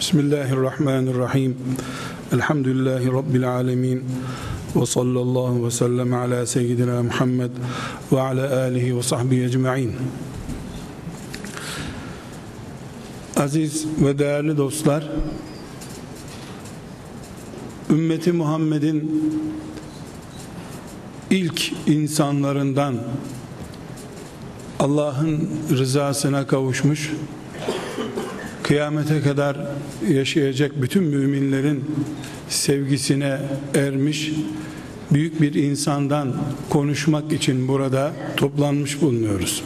Bismillahirrahmanirrahim. Elhamdülillahi Rabbil alemin. Ve sallallahu ve sellem ala seyyidina Muhammed ve ala alihi ve sahbihi ecma'in. Aziz ve değerli dostlar, ümmeti Muhammed'in ilk insanlarından, Allah'ın rızasına kavuşmuş, kıyamete kadar yaşayacak bütün müminlerin sevgisine ermiş büyük bir insandan konuşmak için burada toplanmış bulunuyoruz.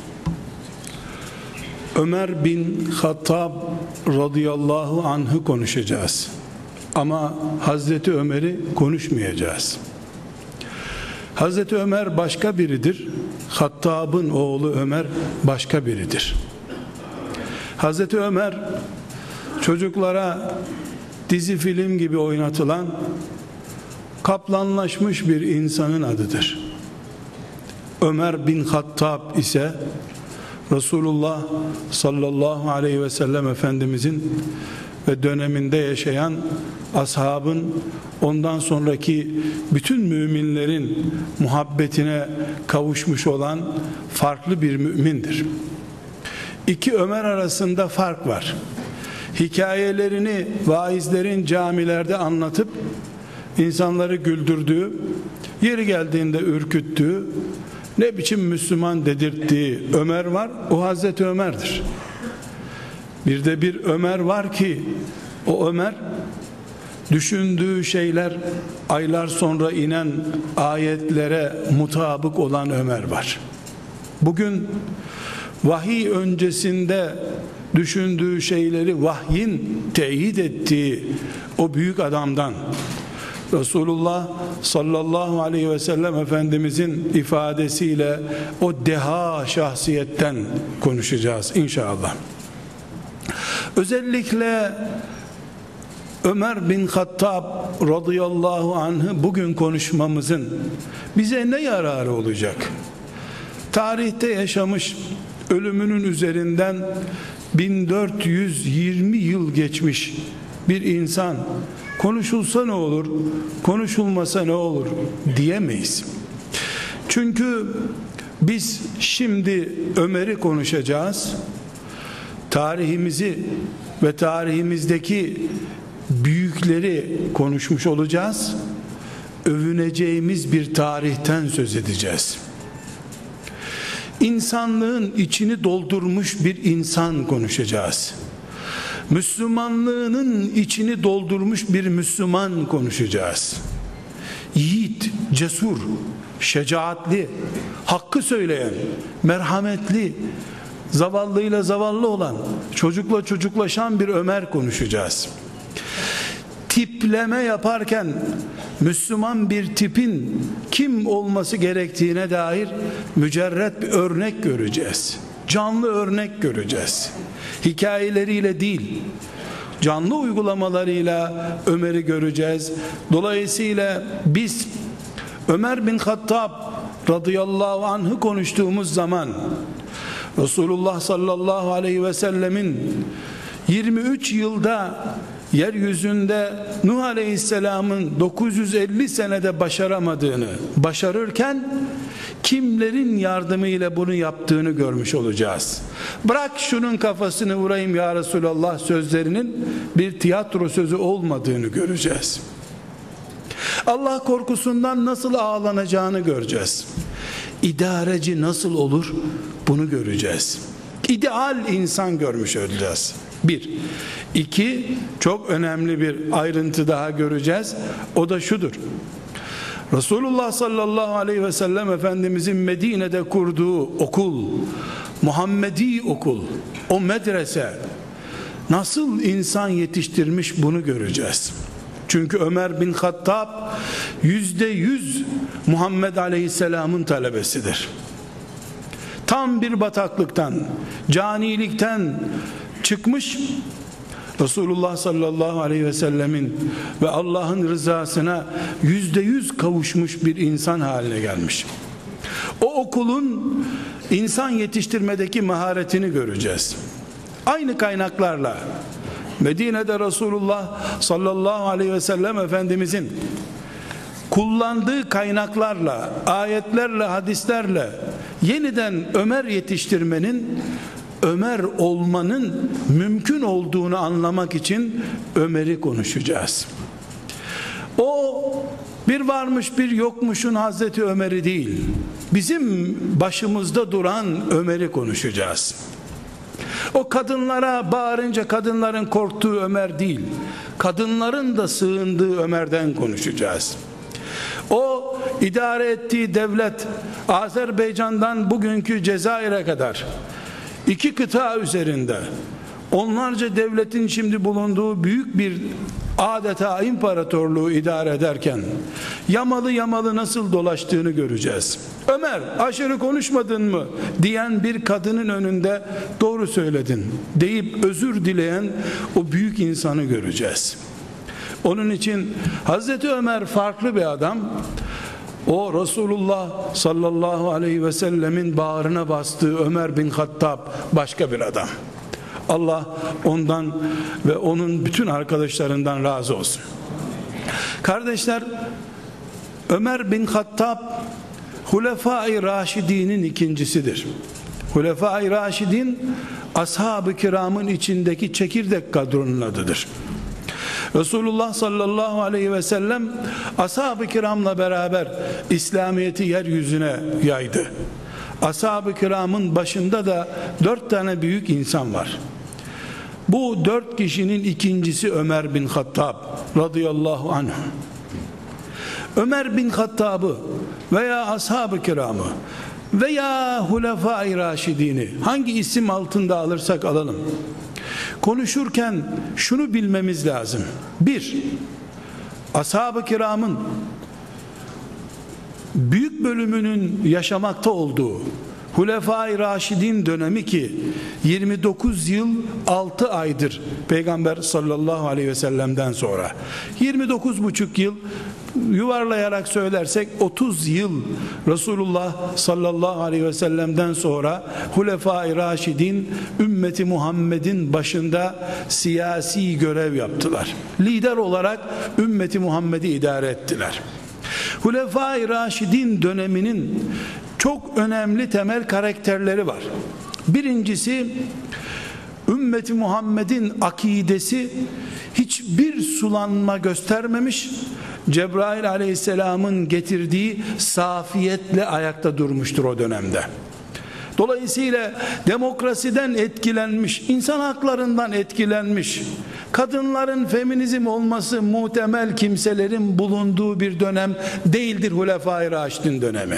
Ömer bin Hattab radıyallahu anh'ı konuşacağız. Ama Hazreti Ömer'i konuşmayacağız. Hazreti Ömer başka biridir. Hattab'ın oğlu Ömer başka biridir. Hazreti Ömer çocuklara dizi film gibi oynatılan kaplanlaşmış bir insanın adıdır. Ömer bin Hattab ise Resulullah sallallahu aleyhi ve sellem Efendimizin ve döneminde yaşayan ashabın, ondan sonraki bütün müminlerin muhabbetine kavuşmuş olan farklı bir mümindir. İki Ömer arasında fark var. Hikayelerini vaizlerin camilerde anlatıp insanları güldürdüğü, yeri geldiğinde ürküttüğü, ne biçim Müslüman dedirttiği Ömer var. O Hazreti Ömer'dir. Bir de bir Ömer var ki o Ömer düşündüğü şeyler aylar sonra inen ayetlere mutabık olan Ömer var. Bugün vahiy öncesinde düşündüğü şeyleri vahyin teyit ettiği o büyük adamdan, Resulullah sallallahu aleyhi ve sellem Efendimizin ifadesiyle o deha şahsiyetten konuşacağız inşallah. Özellikle Ömer bin Hattab radıyallahu anh'ı bugün konuşmamızın bize ne yararı olacak? Tarihte yaşamış, ölümünün üzerinden 1420 yıl geçmiş bir insan konuşulsa ne olur, konuşulmasa ne olur diyemeyiz. Çünkü biz şimdi Ömer'i konuşacağız. Tarihimizi ve tarihimizdeki büyükleri konuşmuş olacağız. Övüneceğimiz bir tarihten söz edeceğiz. İnsanlığın içini doldurmuş bir insan konuşacağız. Müslümanlığının içini doldurmuş bir Müslüman konuşacağız. Yiğit, cesur, şecaatli, hakkı söyleyen, merhametli, zavallıyla zavallı olan, çocukla çocuklaşan bir Ömer konuşacağız. Tipleme yaparken Müslüman bir tipin kim olması gerektiğine dair mücerret bir örnek göreceğiz. Canlı örnek göreceğiz. Hikayeleriyle değil, canlı uygulamalarıyla Ömer'i göreceğiz. Dolayısıyla biz Ömer bin Hattab radıyallahu anh'ı konuştuğumuz zaman Resulullah sallallahu aleyhi ve sellemin 23 yılda yeryüzünde Nuh Aleyhisselam'ın 950 senede başaramadığını başarırken kimlerin yardımıyla bunu yaptığını görmüş olacağız. Bırak şunun kafasını vurayım ya Resulallah sözlerinin bir tiyatro sözü olmadığını göreceğiz. Allah korkusundan nasıl ağlanacağını göreceğiz. İdareci nasıl olur bunu göreceğiz. İdeal insan görmüş olacağız. Bir. İki, çok önemli bir ayrıntı daha göreceğiz. O da şudur. Resulullah sallallahu aleyhi ve sellem Efendimizin Medine'de kurduğu okul, Muhammedi okul, o medrese nasıl insan yetiştirmiş bunu göreceğiz. Çünkü Ömer bin Hattab %100 Muhammed Aleyhisselam'ın talebesidir. Tam bir bataklıktan, canilikten çıkmış, Resulullah sallallahu aleyhi ve sellemin ve Allah'ın rızasına %100 kavuşmuş bir insan haline gelmiş. O okulun insan yetiştirmedeki maharetini göreceğiz. Aynı kaynaklarla Medine'de Resulullah sallallahu aleyhi ve sellem Efendimizin kullandığı kaynaklarla, ayetlerle, hadislerle yeniden Ömer yetiştirmenin, Ömer olmanın mümkün olduğunu anlamak için Ömer'i konuşacağız. O bir varmış bir yokmuşun Hazreti Ömer'i değil, bizim başımızda duran Ömer'i konuşacağız. O kadınlara bağırınca kadınların korktuğu Ömer değil, kadınların da sığındığı Ömer'den konuşacağız. O idare ettiği devlet, Azerbaycan'dan bugünkü Cezayir'e kadar 2 kıta üzerinde onlarca devletin şimdi bulunduğu büyük bir adeta imparatorluğu idare ederken yamalı yamalı nasıl dolaştığını göreceğiz. Ömer, aşırı konuşmadın mı diyen bir kadının önünde doğru söyledin deyip özür dileyen o büyük insanı göreceğiz. Onun için Hazreti Ömer farklı bir adam. O Resulullah sallallahu aleyhi ve sellemin bağrına bastığı Ömer bin Hattab başka bir adam. Allah ondan ve onun bütün arkadaşlarından razı olsun. Kardeşler, Ömer bin Hattab Hulefai Raşidin'in ikincisidir. Hulefai Raşidin ashab-ı kiramın içindeki çekirdek kadronun adıdır. Resulullah sallallahu aleyhi ve sellem ashab-ı kiramla beraber İslamiyet'i yeryüzüne yaydı. Ashab-ı kiramın başında da 4 tane büyük insan var. Bu 4 kişinin ikincisi Ömer bin Hattab radıyallahu anh. Ömer bin Hattab'ı veya ashab-ı kiramı veya Hulefai Raşidini hangi isim altında alırsak alalım, konuşurken şunu bilmemiz lazım. 1. Ashab-ı kiramın büyük bölümünün yaşamakta olduğu Hulefai Raşidin dönemi ki 29 yıl 6 aydır Peygamber sallallahu aleyhi ve sellem'den sonra, 29,5 yıl yuvarlayarak söylersek 30 yıl Resulullah sallallahu aleyhi ve sellem'den sonra Hulefai Raşidin ümmeti Muhammed'in başında siyasi görev yaptılar. Lider olarak ümmeti Muhammed'i idare ettiler. Hulefai Raşidin döneminin çok önemli temel karakterleri var. Birincisi, ümmeti Muhammed'in akidesi hiçbir sulanma göstermemiş, Cebrail aleyhisselamın getirdiği safiyetle ayakta durmuştur o dönemde. Dolayısıyla demokrasiden etkilenmiş, insan haklarından etkilenmiş, kadınların feminizm olması muhtemel kimselerin bulunduğu bir dönem değildir Hulefai Raşidin dönemi.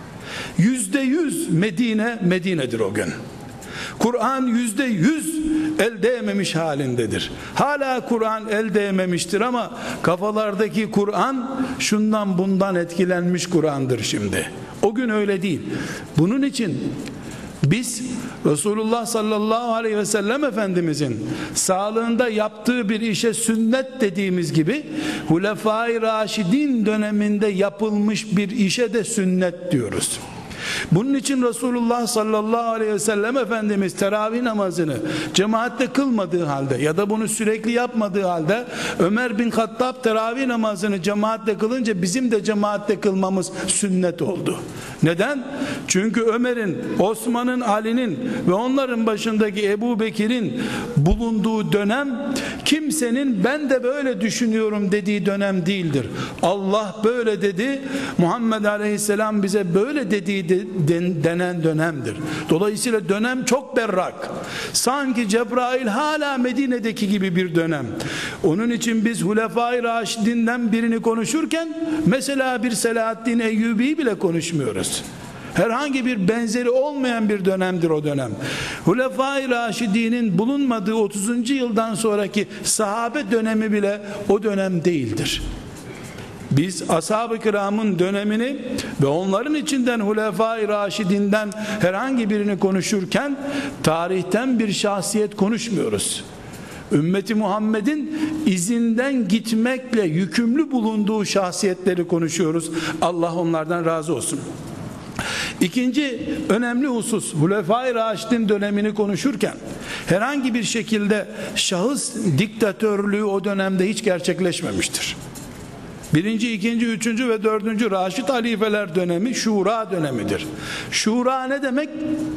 %100 Medine'dir o gün. Kur'an %100 el değmemiş halindedir. Hala Kur'an el değmemiştir ama kafalardaki Kur'an şundan bundan etkilenmiş Kur'an'dır şimdi. O gün öyle değil. Bunun için biz Resulullah sallallahu aleyhi ve sellem Efendimizin sağlığında yaptığı bir işe sünnet dediğimiz gibi Hulefai Raşidin döneminde yapılmış bir işe de sünnet diyoruz. Bunun için Resulullah sallallahu aleyhi ve sellem Efendimiz teravih namazını cemaatle kılmadığı halde ya da bunu sürekli yapmadığı halde Ömer bin Hattab teravih namazını cemaatle kılınca bizim de cemaatle kılmamız sünnet oldu. Neden? Çünkü Ömer'in, Osman'ın, Ali'nin ve onların başındaki Ebu Bekir'in bulunduğu dönem kimsenin ben de böyle düşünüyorum dediği dönem değildir. Allah böyle dedi, Muhammed aleyhisselam bize böyle dediği denen dönemdir. Dolayısıyla dönem çok berrak. Sanki Cebrail hala Medine'deki gibi bir dönem. Onun için biz Hulefai Raşidin'den birini konuşurken mesela bir Selahaddin Eyyubi'yi bile konuşmuyoruz. Herhangi bir benzeri olmayan bir dönemdir o dönem. Hulefai Raşidin'in bulunmadığı 30. yıldan sonraki sahabe dönemi bile o dönem değildir. Biz ashab-ı kiramın dönemini ve onların içinden Hulefai Raşidin'den herhangi birini konuşurken tarihten bir şahsiyet konuşmuyoruz. Ümmeti Muhammed'in izinden gitmekle yükümlü bulunduğu şahsiyetleri konuşuyoruz. Allah onlardan razı olsun. İkinci önemli husus, Hulefai Raşidin dönemini konuşurken Herhangi bir şekilde şahıs diktatörlüğü o dönemde hiç gerçekleşmemiştir. Birinci, ikinci, üçüncü ve dördüncü Raşid halifeler dönemi şura dönemidir. Şura ne demek?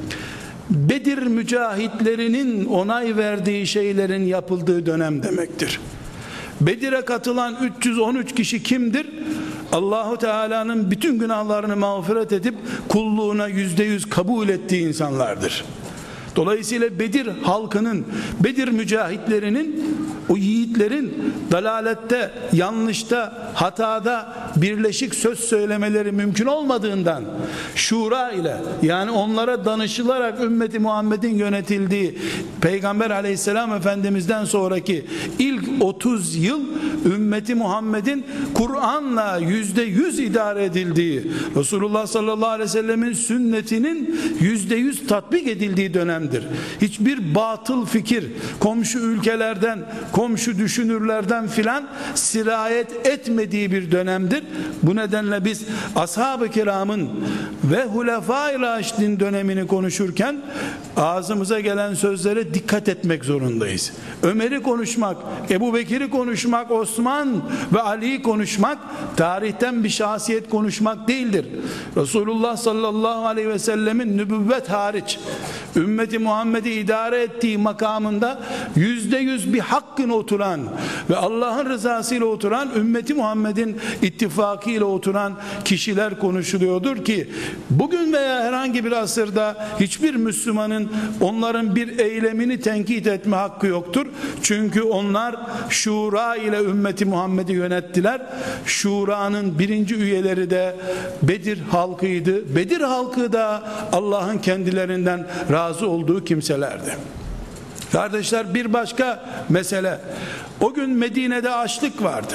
Bedir mücahitlerinin onay verdiği şeylerin yapıldığı dönem demektir. Bedir'e katılan 313 kişi kimdir? Allahu Teala'nın bütün günahlarını mağfiret edip kulluğuna %100 kabul ettiği insanlardır. Dolayısıyla Bedir halkının, Bedir mücahitlerinin, o yiğitlerin dalalette, yanlışta, hatada birleşik söz söylemeleri mümkün olmadığından şura ile, yani onlara danışılarak ümmeti Muhammed'in yönetildiği Peygamber aleyhisselam efendimizden sonraki ilk 30 yıl ümmeti Muhammed'in Kur'an'la %100 idare edildiği, Resulullah sallallahu aleyhi ve sellemin sünnetinin %100 tatbik edildiği dönemdir. Hiçbir batıl fikir komşu ülkelerden, komşu düşünürlerden filan sirayet etmediği bir dönemdir. Bu nedenle biz ashab-ı kiramın ve Hulefai Raşidin dönemini konuşurken ağzımıza gelen sözlere dikkat etmek zorundayız. Ömer'i konuşmak, Ebu Bekir'i konuşmak, Osman ve Ali'yi konuşmak tarihten bir şahsiyet konuşmak değildir. Resulullah sallallahu aleyhi ve sellemin nübüvvet hariç ümmeti Muhammed'i idare ettiği makamında %100 bir hakkın oturan ve Allah'ın rızasıyla oturan, ümmeti Muhammed'in ittifakıyla oturan kişiler konuşuluyordur ki bugün veya herhangi bir asırda hiçbir Müslümanın onların bir eylemini tenkit etme hakkı yoktur. Çünkü onlar şura ile ümmeti Muhammed'i yönettiler. Şura'nın birinci üyeleri de Bedir halkıydı. Bedir halkı da Allah'ın kendilerinden razı olduğu kimselerdi. Kardeşler, bir başka mesele, o gün Medine'de açlık vardı.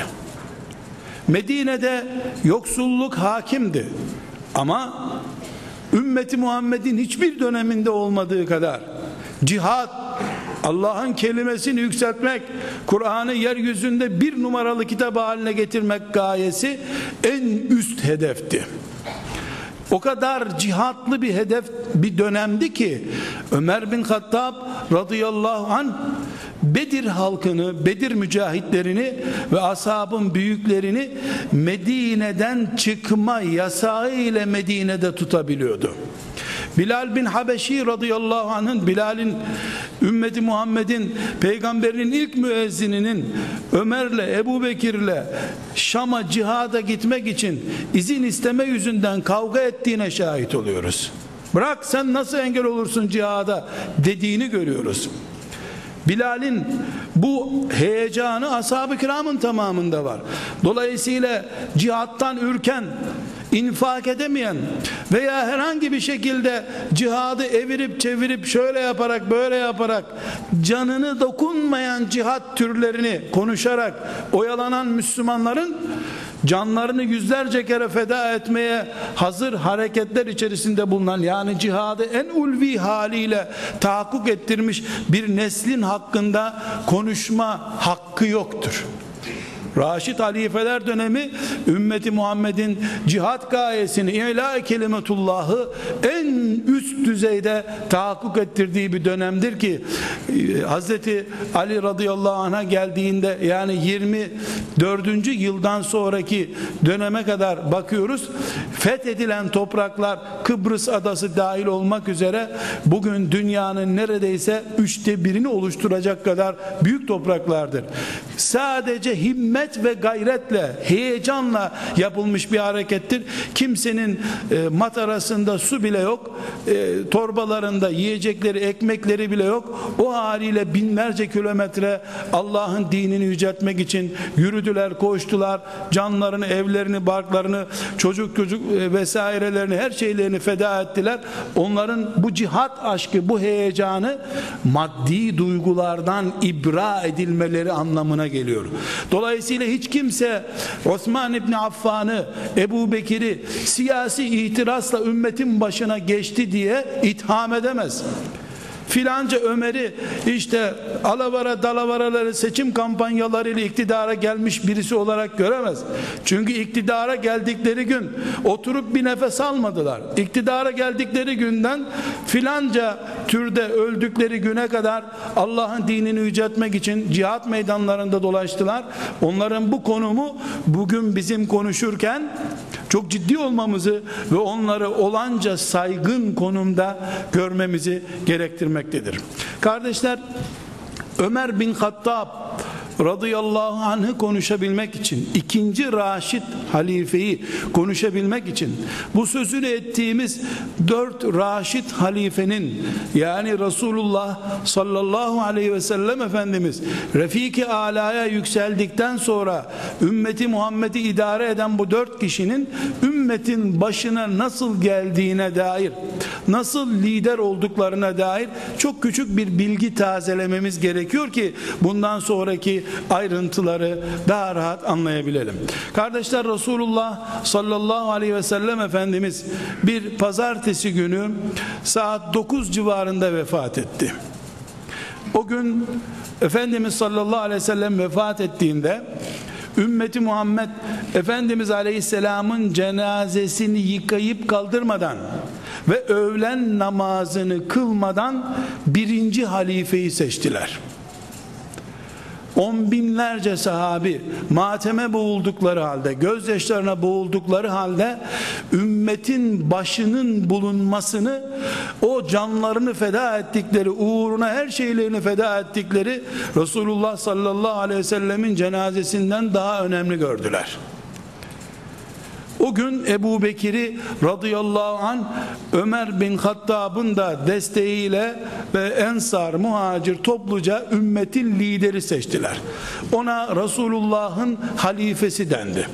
Medine'de yoksulluk hakimdi. Ama ümmeti Muhammed'in hiçbir döneminde olmadığı kadar cihat, Allah'ın kelimesini yükseltmek, Kur'an'ı yeryüzünde bir numaralı kitap haline getirmek gayesi en üst hedefti. O kadar cihatlı bir hedef, bir dönemdi ki Ömer bin Hattab radıyallahu anh Bedir halkını, Bedir mücahitlerini ve ashabın büyüklerini Medine'den çıkma yasağı ile Medine'de tutabiliyordu. Bilal bin Habeşi radıyallahu anh'ın, Bilal'in ümmeti Muhammed'in peygamberinin ilk müezzininin Ömer'le, Ebu Bekir'le Şam'a cihada gitmek için izin isteme yüzünden kavga ettiğine şahit oluyoruz. Bırak, sen nasıl engel olursun cihada dediğini görüyoruz. Bilal'in bu heyecanı ashab-ı kiramın tamamında var. Dolayısıyla cihattan ürken, infak edemeyen veya herhangi bir şekilde cihadı evirip çevirip şöyle yaparak böyle yaparak canını dokunmayan cihat türlerini konuşarak oyalanan Müslümanların canlarını yüzlerce kere feda etmeye hazır hareketler içerisinde bulunan, yani cihadı en ulvi haliyle tahakkuk ettirmiş bir neslin hakkında konuşma hakkı yoktur. Raşid halifeler dönemi ümmeti Muhammed'in cihat gayesini, İlâ kelimetullahı en üst düzeyde tahakkuk ettirdiği bir dönemdir ki Hazreti Ali radıyallahu anh'a geldiğinde, yani 24. yıldan sonraki döneme kadar bakıyoruz, fethedilen topraklar Kıbrıs adası dahil olmak üzere bugün dünyanın neredeyse 1/3'ünü oluşturacak kadar büyük topraklardır. Sadece himmet ve gayretle, heyecanla yapılmış bir harekettir. Kimsenin matarasında su bile yok, torbalarında yiyecekleri, ekmekleri bile yok. O haliyle binlerce kilometre Allah'ın dinini yüceltmek için yürüdüler, koştular. Canlarını, evlerini, barklarını, çocuk vesairelerini, her şeylerini feda ettiler. Onların bu cihat aşkı, bu heyecanı maddi duygulardan ibra edilmeleri anlamına geliyor. Dolayısıyla hiç kimse Osman İbni Affan'ı, Ebu Bekir'i siyasi itirazla ümmetin başına geçti diye itham edemez. filanca Ömer'i işte alavara dalavaraları seçim kampanyalarıyla iktidara gelmiş birisi olarak göremez. Çünkü iktidara geldikleri gün oturup bir nefes almadılar. İktidara geldikleri günden filanca türde öldükleri güne kadar Allah'ın dinini yüceltmek için cihat meydanlarında dolaştılar. Onların bu konumu bugün bizim konuşurken çok ciddi olmamızı ve onları olanca saygın konumda görmemizi gerektirmektedir. Kardeşler, Ömer bin Hattab radıyallahu anh'ı konuşabilmek için, ikinci Raşid halifeyi konuşabilmek için, bu sözünü ettiğimiz 4 Raşid halifenin, yani Resulullah sallallahu aleyhi ve sellem Efendimiz Refik-i Ala'ya yükseldikten sonra ümmeti Muhammed'i idare eden bu 4 kişinin ümmetin başına nasıl geldiğine dair, nasıl lider olduklarına dair çok küçük bir bilgi tazelememiz gerekiyor ki bundan sonraki ayrıntıları daha rahat anlayabilelim. Kardeşler, Resulullah sallallahu aleyhi ve sellem Efendimiz bir pazartesi günü saat 9 civarında vefat etti. O gün Efendimiz sallallahu aleyhi ve sellem vefat ettiğinde ümmeti Muhammed Efendimiz aleyhisselamın cenazesini yıkayıp kaldırmadan ve öğlen namazını kılmadan birinci halifeyi seçtiler. 10 binlerce sahabi mateme boğuldukları halde, gözyaşlarına boğuldukları halde ümmetin başının bulunmasını, o canlarını feda ettikleri, uğruna her şeylerini feda ettikleri Resulullah sallallahu aleyhi ve sellemin cenazesinden daha önemli gördüler. O gün Ebu Bekir'i radıyallahu anh Ömer bin Hattab'ın da desteğiyle ve Ensar, muhacir topluca ümmetin lideri seçtiler. Ona Resulullah'ın halifesi dendi.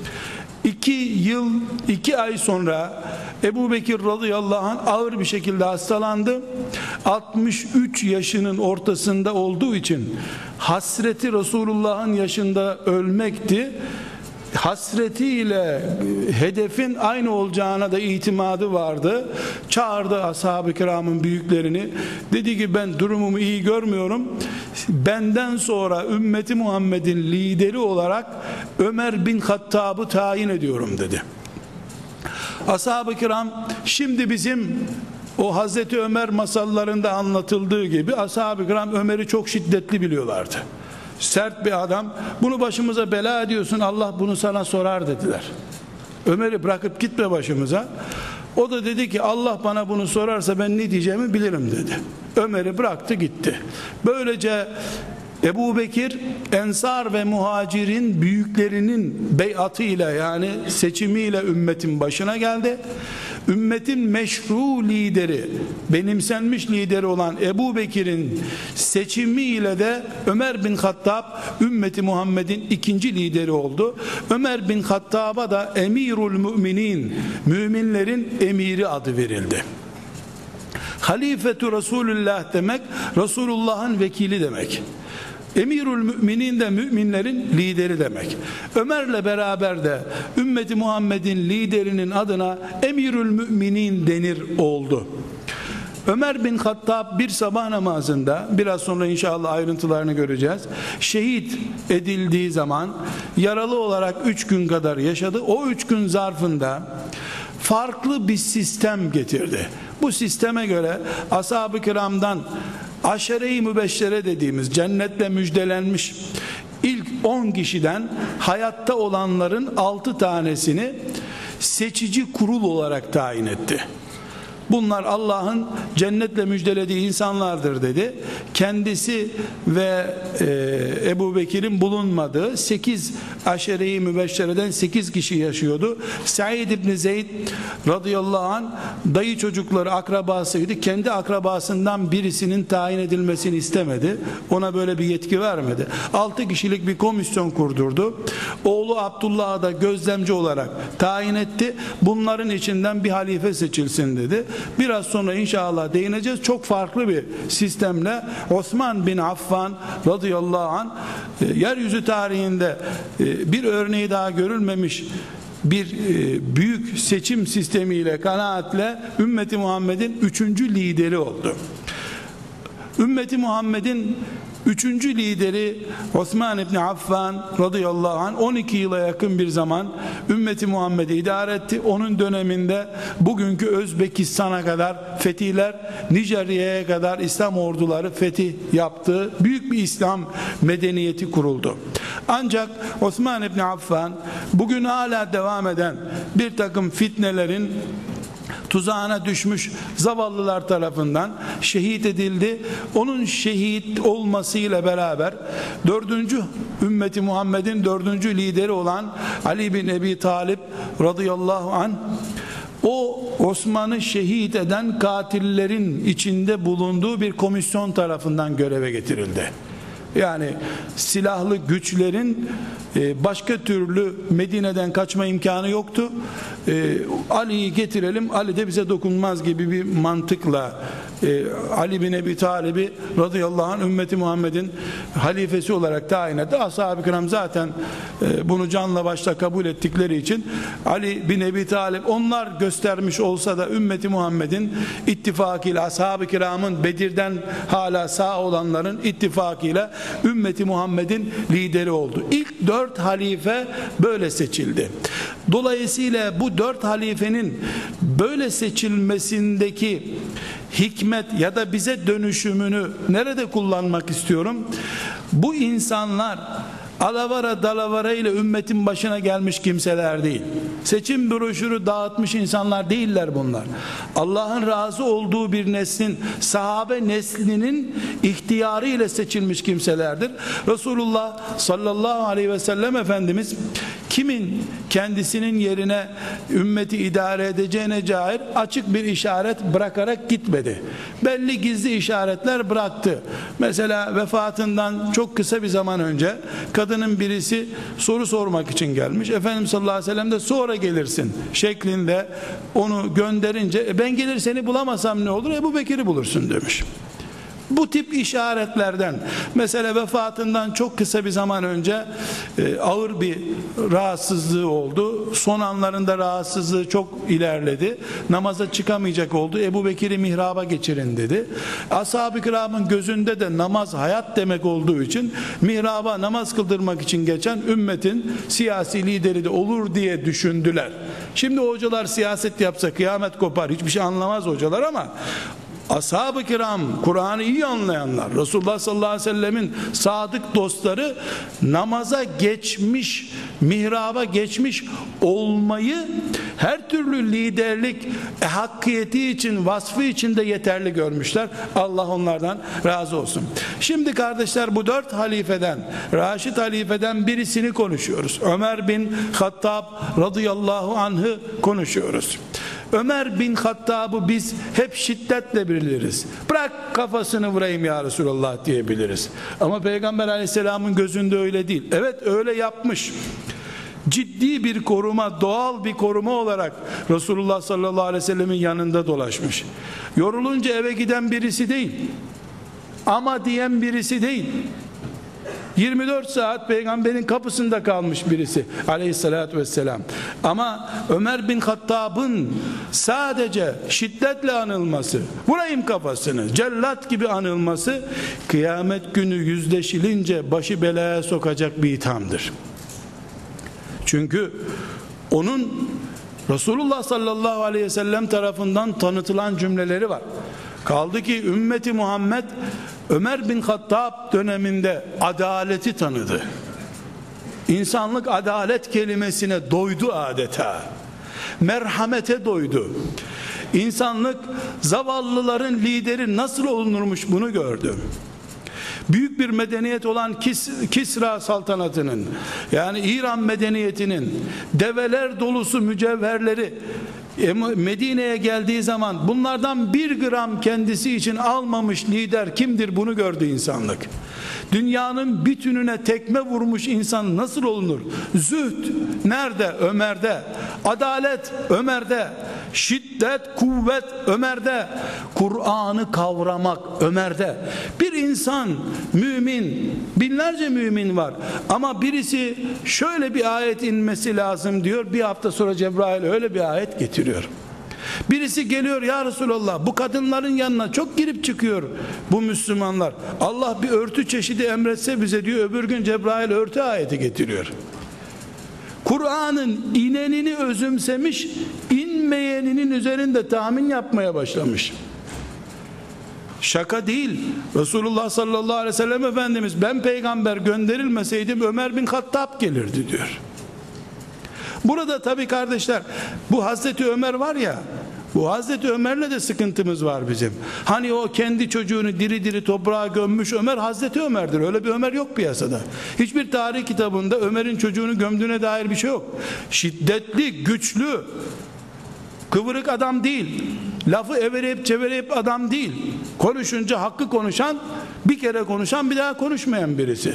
2 ay sonra Ebu Bekir radıyallahu anh ağır bir şekilde hastalandı. 63 yaşının ortasında olduğu için hasreti Resulullah'ın yaşında ölmekti. Hasretiyle hedefin aynı olacağına da itimadı vardı. Çağırdı ashab-ı kiramın büyüklerini. Dedi ki, ben durumumu iyi görmüyorum. Benden sonra ümmeti Muhammed'in lideri olarak Ömer bin Hattab'ı tayin ediyorum dedi. Ashab-ı kiram, şimdi bizim o Hazreti Ömer masallarında anlatıldığı gibi ashab-ı kiram Ömer'i çok şiddetli biliyorlardı. Sert bir adam, bunu başımıza bela ediyorsun, Allah bunu sana sorar dediler. Ömer'i bırakıp gitme başımıza. O da dedi ki, Allah bana bunu sorarsa ben ne diyeceğimi bilirim dedi. Ömer'i bıraktı gitti. Böylece Ebu Bekir Ensar ve Muhacir'in büyüklerinin beyatıyla, yani seçimiyle ümmetin başına geldi. Ümmetin meşru lideri, benimsenmiş lideri olan Ebu Bekir'in seçimiyle de Ömer bin Hattab ümmeti Muhammed'in ikinci lideri oldu. Ömer bin Hattab'a da Emirul Müminin, müminlerin emiri adı verildi. Halifetu Resulullah demek, Resulullah'ın vekili demek. Emirül Müminin de müminlerin lideri demek. Ömer'le beraber de ümmeti Muhammed'in liderinin adına Emirül Müminin denir oldu. Ömer bin Hattab bir sabah namazında, biraz sonra inşallah ayrıntılarını göreceğiz, şehit edildiği zaman yaralı olarak 3 gün kadar yaşadı. O 3 gün zarfında farklı bir sistem getirdi. Bu sisteme göre ashab-ı kiramdan aşere-i mübeşşere dediğimiz cennetle müjdelenmiş ilk 10 kişiden hayatta olanların 6 tanesini seçici kurul olarak tayin etti. Bunlar Allah'ın cennetle müjdelediği insanlardır dedi. Kendisi ve Ebu Bekir'in bulunmadığı 8 aşere-i mübeşşereden 8 kişi yaşıyordu. Said İbni Zeyd radıyallahu anh dayı çocukları akrabasıydı. Kendi akrabasından birisinin tayin edilmesini istemedi. Ona böyle bir yetki vermedi. 6 kişilik bir komisyon kurdurdu. Oğlu Abdullah'ı da gözlemci olarak tayin etti. Bunların içinden bir halife seçilsin dedi. Biraz sonra inşallah değineceğiz. Çok farklı bir sistemle Osman bin Affan radıyallahu anh yeryüzü tarihinde bir örneği daha görülmemiş bir büyük seçim sistemiyle, kanaatle ümmeti Muhammed'in 3. lideri oldu. Ümmeti Muhammed'in 3. lideri Osman İbni Affan radıyallahu anh 12 yıla yakın bir zaman ümmeti Muhammed'i idare etti. Onun döneminde bugünkü Özbekistan'a kadar fetihler, Nijerya'ya kadar İslam orduları fetih yaptı. Büyük bir İslam medeniyeti kuruldu. Ancak Osman İbni Affan bugün hala devam eden bir takım fitnelerin tuzağına düşmüş zavallılar tarafından şehit edildi. Onun şehit olmasıyla beraber 4. ümmeti Muhammed'in 4. lideri olan Ali bin Ebi Talib radıyallahu anh, o Osman'ı şehit eden katillerin içinde bulunduğu bir komisyon tarafından göreve getirildi. Yani silahlı güçlerin başka türlü Medine'den kaçma imkanı yoktu. Ali'yi getirelim, Ali de bize dokunmaz gibi bir mantıkla Ali bin Ebi Talib'i radıyallahu anh ümmeti Muhammed'in halifesi olarak tayin etti. Ashab-ı kiram zaten bunu canla başla kabul ettikleri için Ali bin Ebi Talib onlar göstermiş olsa da ümmeti Muhammed'in ittifakıyla, ashab-ı kiramın Bedir'den hala sağ olanların ittifakıyla ümmeti Muhammed'in lideri oldu. İlk 4 halife böyle seçildi. Dolayısıyla bu 4 halifenin böyle seçilmesindeki hikmet ya da bize dönüşümünü nerede kullanmak istiyorum? Bu insanlar alavara dalavara ile ümmetin başına gelmiş kimseler değil. Seçim broşürü dağıtmış insanlar değiller bunlar. Allah'ın razı olduğu bir neslin, sahabe neslinin ihtiyarı ile seçilmiş kimselerdir. Resulullah sallallahu aleyhi ve sellem Efendimiz kimin kendisinin yerine ümmeti idare edeceğine cair açık bir işaret bırakarak gitmedi. Belli gizli işaretler bıraktı. Mesela vefatından çok kısa bir zaman önce kadının birisi soru sormak için gelmiş. Efendimiz sallallahu aleyhi ve sellem de sonra gelirsin şeklinde onu gönderince ben gelir seni bulamasam ne olur? Ebu Bekir'i bulursun demiş. Bu tip işaretlerden, mesela vefatından çok kısa bir zaman önce ağır bir rahatsızlığı oldu. Son anlarında rahatsızlığı çok ilerledi. Namaza çıkamayacak oldu. Ebu Bekir'i mihraba geçirin dedi. Ashab-ı kiramın gözünde de namaz hayat demek olduğu için mihraba namaz kıldırmak için geçen ümmetin siyasi lideri de olur diye düşündüler. Şimdi hocalar siyaset yapsa kıyamet kopar. Hiçbir şey anlamaz hocalar ama ashab-ı kiram, Kur'an'ı iyi anlayanlar, Resulullah sallallahu aleyhi ve sellemin sadık dostları namaza geçmiş, mihraba geçmiş olmayı her türlü liderlik hakkiyeti için, vasfı için de yeterli görmüşler. Allah onlardan razı olsun. Şimdi kardeşler bu 4 halifeden, Raşid halifeden birisini konuşuyoruz. Ömer bin Hattab radıyallahu anh'ı konuşuyoruz. Ömer bin Hattab'ı biz hep şiddetle biliriz. Bırak kafasını vurayım ya Resulallah diyebiliriz. Ama Peygamber aleyhisselamın gözünde öyle değil. Evet öyle yapmış. Ciddi bir koruma, doğal bir koruma olarak Resulullah sallallahu aleyhi ve sellemin yanında dolaşmış. Yorulunca eve giden birisi değil. Ama diyen birisi değil. 24 saat peygamberin kapısında kalmış birisi aleyhissalatü vesselam. Ama Ömer bin Hattab'ın sadece şiddetle anılması, vurayım kafasını, cellat gibi anılması kıyamet günü yüzleşilince başı belaya sokacak bir ithamdır. Çünkü onun Resulullah sallallahu aleyhi ve sellem tarafından tanıtılan cümleleri var. Kaldı ki ümmeti Muhammed Ömer bin Hattab döneminde adaleti tanıdı. İnsanlık adalet kelimesine doydu adeta. Merhamete doydu. İnsanlık zavallıların lideri nasıl olunurmuş bunu gördü. Büyük bir medeniyet olan Kisra saltanatının, yani İran medeniyetinin develer dolusu mücevherleri Medine'ye geldiği zaman bunlardan 1 gram kendisi için almamış lider kimdir bunu gördü insanlık. Dünyanın bütününe tekme vurmuş insan nasıl olunur? Zühd nerede? Ömer'de. Adalet Ömer'de. Şiddet, kuvvet Ömer'de. Kur'an'ı kavramak Ömer'de. Bir insan mümin, binlerce mümin var ama birisi şöyle bir ayet inmesi lazım diyor, bir hafta sonra Cebrail öyle bir ayet getiriyor. Birisi geliyor, ya Resulallah bu kadınların yanına çok girip çıkıyor bu Müslümanlar. Allah bir örtü çeşidi emretse bize diyor, öbür gün Cebrail örtü ayeti getiriyor. Kur'an'ın inenini özümsemiş, inmeyeninin üzerinde tahmin yapmaya başlamış. Şaka değil. Resulullah sallallahu aleyhi ve sellem Efendimiz, ben peygamber gönderilmeseydim Ömer bin Hattab gelirdi diyor. Burada tabi kardeşler, bu Hazreti Ömer var ya, bu Hazreti Ömer'le de sıkıntımız var bizim. Hani o kendi çocuğunu diri diri toprağa gömmüş Ömer Hazreti Ömer'dir. Öyle bir Ömer yok piyasada. Hiçbir tarih kitabında Ömer'in çocuğunu gömdüğüne dair bir şey yok. Şiddetli, güçlü, kıvırık adam değil. Lafı evirip çevirip adam değil. Konuşunca hakkı konuşan, bir kere konuşan bir daha konuşmayan birisi.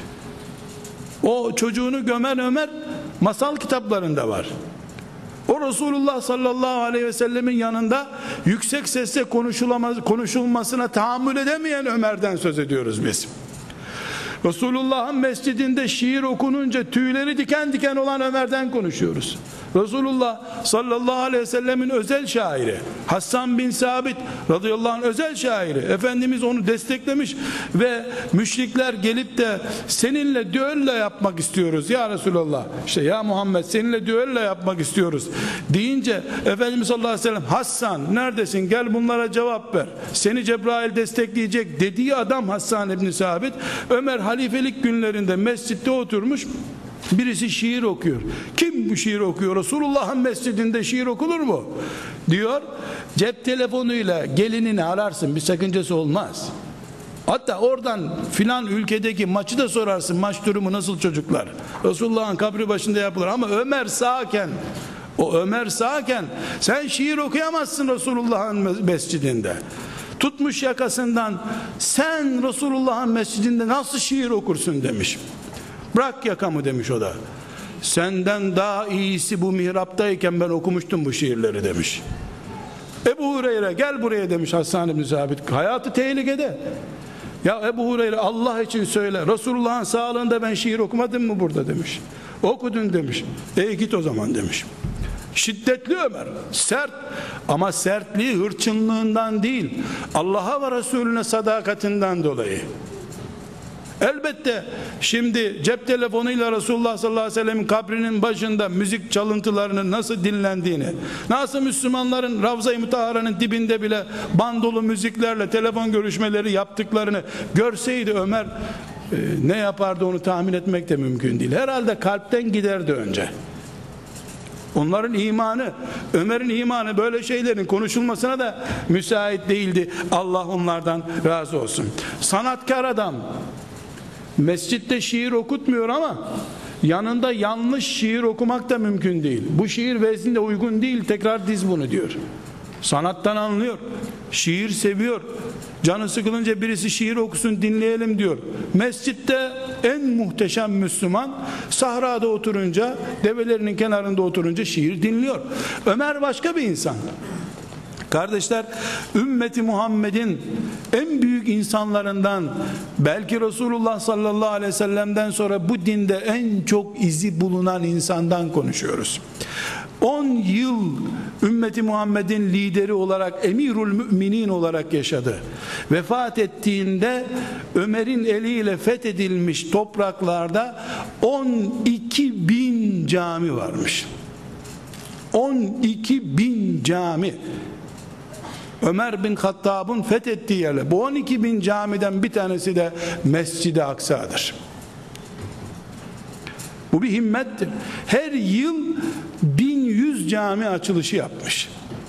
O çocuğunu gömen Ömer masal kitaplarında var. O Resulullah sallallahu aleyhi ve sellemin yanında yüksek sesle konuşulmasına tahammül edemeyen Ömer'den söz ediyoruz biz. Resulullah'ın mescidinde şiir okununca tüyleri diken diken olan Ömer'den konuşuyoruz. Resulullah sallallahu aleyhi ve sellemin özel şairi Hassan bin Sabit radıyallahu anh özel şairi. Efendimiz onu desteklemiş ve müşrikler gelip de seninle düello yapmak istiyoruz ya Resulullah, İşte ya Muhammed seninle düello yapmak istiyoruz deyince Efendimiz sallallahu aleyhi ve sellem, Hassan neredesin, gel bunlara cevap ver, seni Cebrail destekleyecek dediği adam Hassan bin Sabit. Ömer halifelik günlerinde mescitte oturmuş, birisi şiir okuyor. Kim bu şiir okuyor? Resulullah'ın mescidinde şiir okunur mu? Diyor. Cep telefonuyla gelinini ararsın, bir sakıncası olmaz. Hatta oradan filan ülkedeki maçı da sorarsın, maç durumu nasıl çocuklar? Resulullah'ın kabri başında yapılır. Ama Ömer sağken, o Ömer sağken sen şiir okuyamazsın Resulullah'ın mescidinde. Tutmuş yakasından, sen Resulullah'ın mescidinde nasıl şiir okursun demiş. Bırak yakamı demiş o da. Senden daha iyisi bu mihraptayken ben okumuştum bu şiirleri demiş. Ebu Hureyre gel buraya demiş Hassan bin Sabit. Hayatı tehlikede. Ya Ebu Hureyre Allah için söyle, Resulullah'ın sağlığında ben şiir okumadım mı burada demiş. Okudun demiş. Git o zaman demiş. Şiddetli Ömer, sert, ama sertliği hırçınlığından değil, Allah'a ve Resulüne sadakatinden dolayı. Elbette şimdi cep telefonuyla Resulullah sallallahu aleyhi ve sellem'in kabrinin başında müzik çalıntılarının nasıl dinlendiğini, nasıl Müslümanların Ravza-i Mutahhara'nın dibinde bile bandolu müziklerle telefon görüşmeleri yaptıklarını görseydi Ömer ne yapardı onu tahmin etmek de mümkün değil. Herhalde kalpten giderdi önce. Onların imanı, Ömer'in imanı böyle şeylerin konuşulmasına da müsait değildi. Allah onlardan razı olsun. Sanatkar adam mescitte şiir okutmuyor ama yanında yanlış şiir okumak da mümkün değil. Bu şiir veznine uygun değil, tekrar diz bunu diyor. Sanattan anlıyor, şiir seviyor. Canı sıkılınca birisi şiir okusun dinleyelim diyor. Mescitte en muhteşem Müslüman sahrada oturunca, develerinin kenarında oturunca şiir dinliyor. Ömer başka bir insan. Kardeşler, ümmeti Muhammed'in en büyük insanlarından, belki Resulullah sallallahu aleyhi ve sellem'den sonra bu dinde en çok izi bulunan insandan konuşuyoruz. 10 yıl ümmeti Muhammed'in lideri olarak, emirül müminin olarak yaşadı. Vefat ettiğinde Ömer'in eliyle fethedilmiş topraklarda 12 bin cami varmış. 12 bin cami. Ömer bin Hattab'ın fethettiği yerler. Bu 12 bin camiden bir tanesi de Mescid-i Aksa'dır. Bu bir himmettir. Her yıl 1100 cami açılışı yapmış.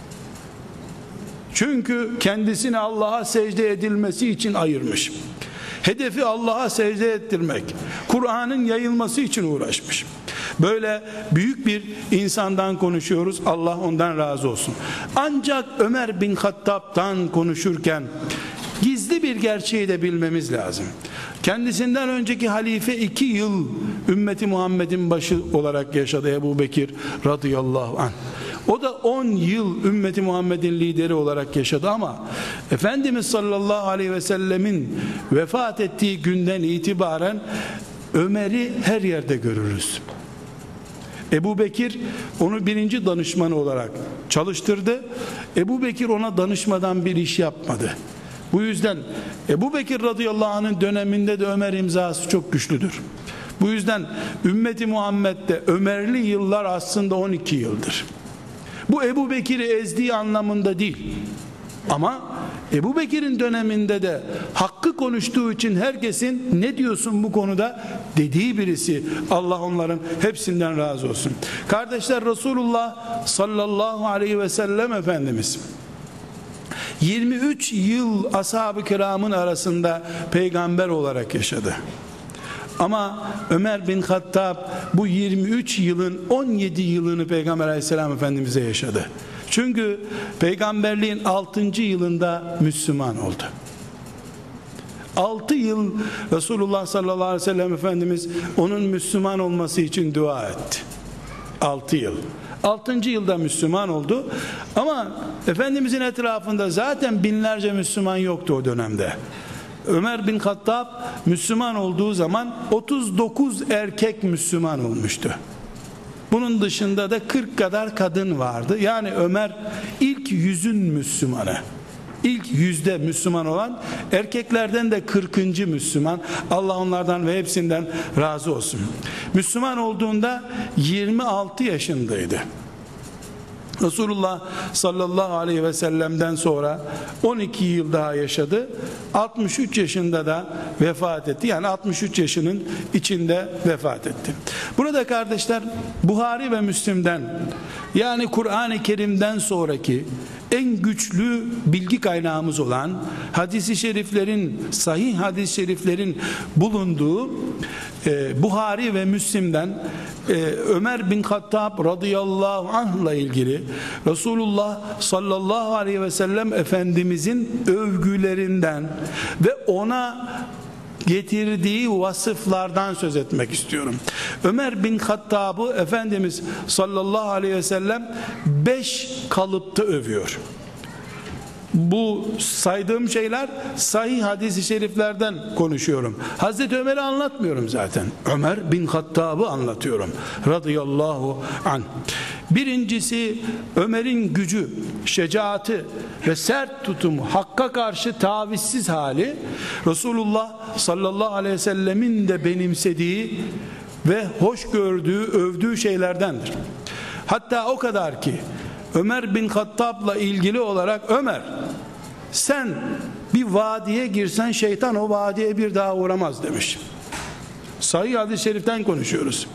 Çünkü kendisini Allah'a secde edilmesi için ayırmış. Hedefi Allah'a secde ettirmek, Kur'an'ın yayılması için uğraşmış. Böyle büyük bir insandan konuşuyoruz. Allah ondan razı olsun. Ancak Ömer bin Hattab'tan konuşurken gizli bir gerçeği de bilmemiz lazım. Kendisinden önceki halife 2 yıl ümmeti Muhammed'in başı olarak yaşadı, Ebu Bekir radıyallahu anh. O da 10 yıl ümmeti Muhammed'in lideri olarak yaşadı ama Efendimiz sallallahu aleyhi ve sellemin vefat ettiği günden itibaren Ömer'i her yerde görürüz. Ebu Bekir onu birinci danışmanı olarak çalıştırdı. Ebu Bekir ona danışmadan bir iş yapmadı. Bu yüzden Ebu Bekir radıyallahu anh'ın döneminde de Ömer imzası çok güçlüdür. Bu yüzden ümmeti Muhammed'de Ömerli yıllar aslında 12 yıldır. Bu Ebu Bekir'i ezdiği anlamında değil. Ama Ebu Bekir'in döneminde de hakkı konuştuğu için herkesin ne diyorsun bu konuda dediği birisi. Allah onların hepsinden razı olsun. Kardeşler, Resulullah sallallahu aleyhi ve sellem Efendimiz 23 yıl ashab-ı kiramın arasında peygamber olarak yaşadı. Ama Ömer bin Hattab bu 23 yılın 17 yılını Peygamber aleyhisselam Efendimiz'e yaşadı. Çünkü peygamberliğin 6. yılında Müslüman oldu. 6 yıl Resulullah sallallahu aleyhi ve sellem Efendimiz onun Müslüman olması için dua etti. 6 yıl. 6. yılda Müslüman oldu. Ama Efendimizin etrafında zaten binlerce Müslüman yoktu o dönemde. Ömer bin Hattab Müslüman olduğu zaman 39 erkek Müslüman olmuştu. Bunun dışında da 40 kadar kadın vardı. Yani Ömer ilk 100'ün Müslümanı. İlk 100'de Müslüman olan, erkeklerden de 40. Müslüman. Allah onlardan ve hepsinden razı olsun. Müslüman olduğunda 26 yaşındaydı. Resulullah sallallahu aleyhi ve sellem'den sonra 12 yıl daha yaşadı. 63 yaşında da vefat etti. Yani 63 yaşının içinde vefat etti. Burada kardeşler, Buhari ve Müslim'den, yani Kur'an-ı Kerim'den sonraki en güçlü bilgi kaynağımız olan hadis-i şeriflerin, sahih hadis-i şeriflerin bulunduğu Buhari ve Müslim'den Ömer bin Hattab radıyallahu anh'la ilgili Resulullah sallallahu aleyhi ve sellem Efendimizin övgülerinden ve ona getirdiği vasıflardan söz etmek istiyorum. Ömer bin Hattab'ı Efendimiz sallallahu aleyhi ve sellem 5 kalıpta övüyor. Bu saydığım şeyler sahih hadis-i şeriflerden konuşuyorum. Hazreti Ömer'i anlatmıyorum zaten. Ömer bin Hattab'ı anlatıyorum radıyallahu anh. Birincisi, Ömer'in gücü, şecaati ve sert tutumu, hakka karşı tavizsiz hali, Resulullah sallallahu aleyhi ve sellemin de benimsediği ve hoş gördüğü, övdüğü şeylerdendir. Hatta o kadar ki Ömer bin Hattab'la ilgili olarak, Ömer, sen bir vadiye girsen şeytan o vadiye bir daha uğramaz demiş. Sahih hadis-i şeriften konuşuyoruz.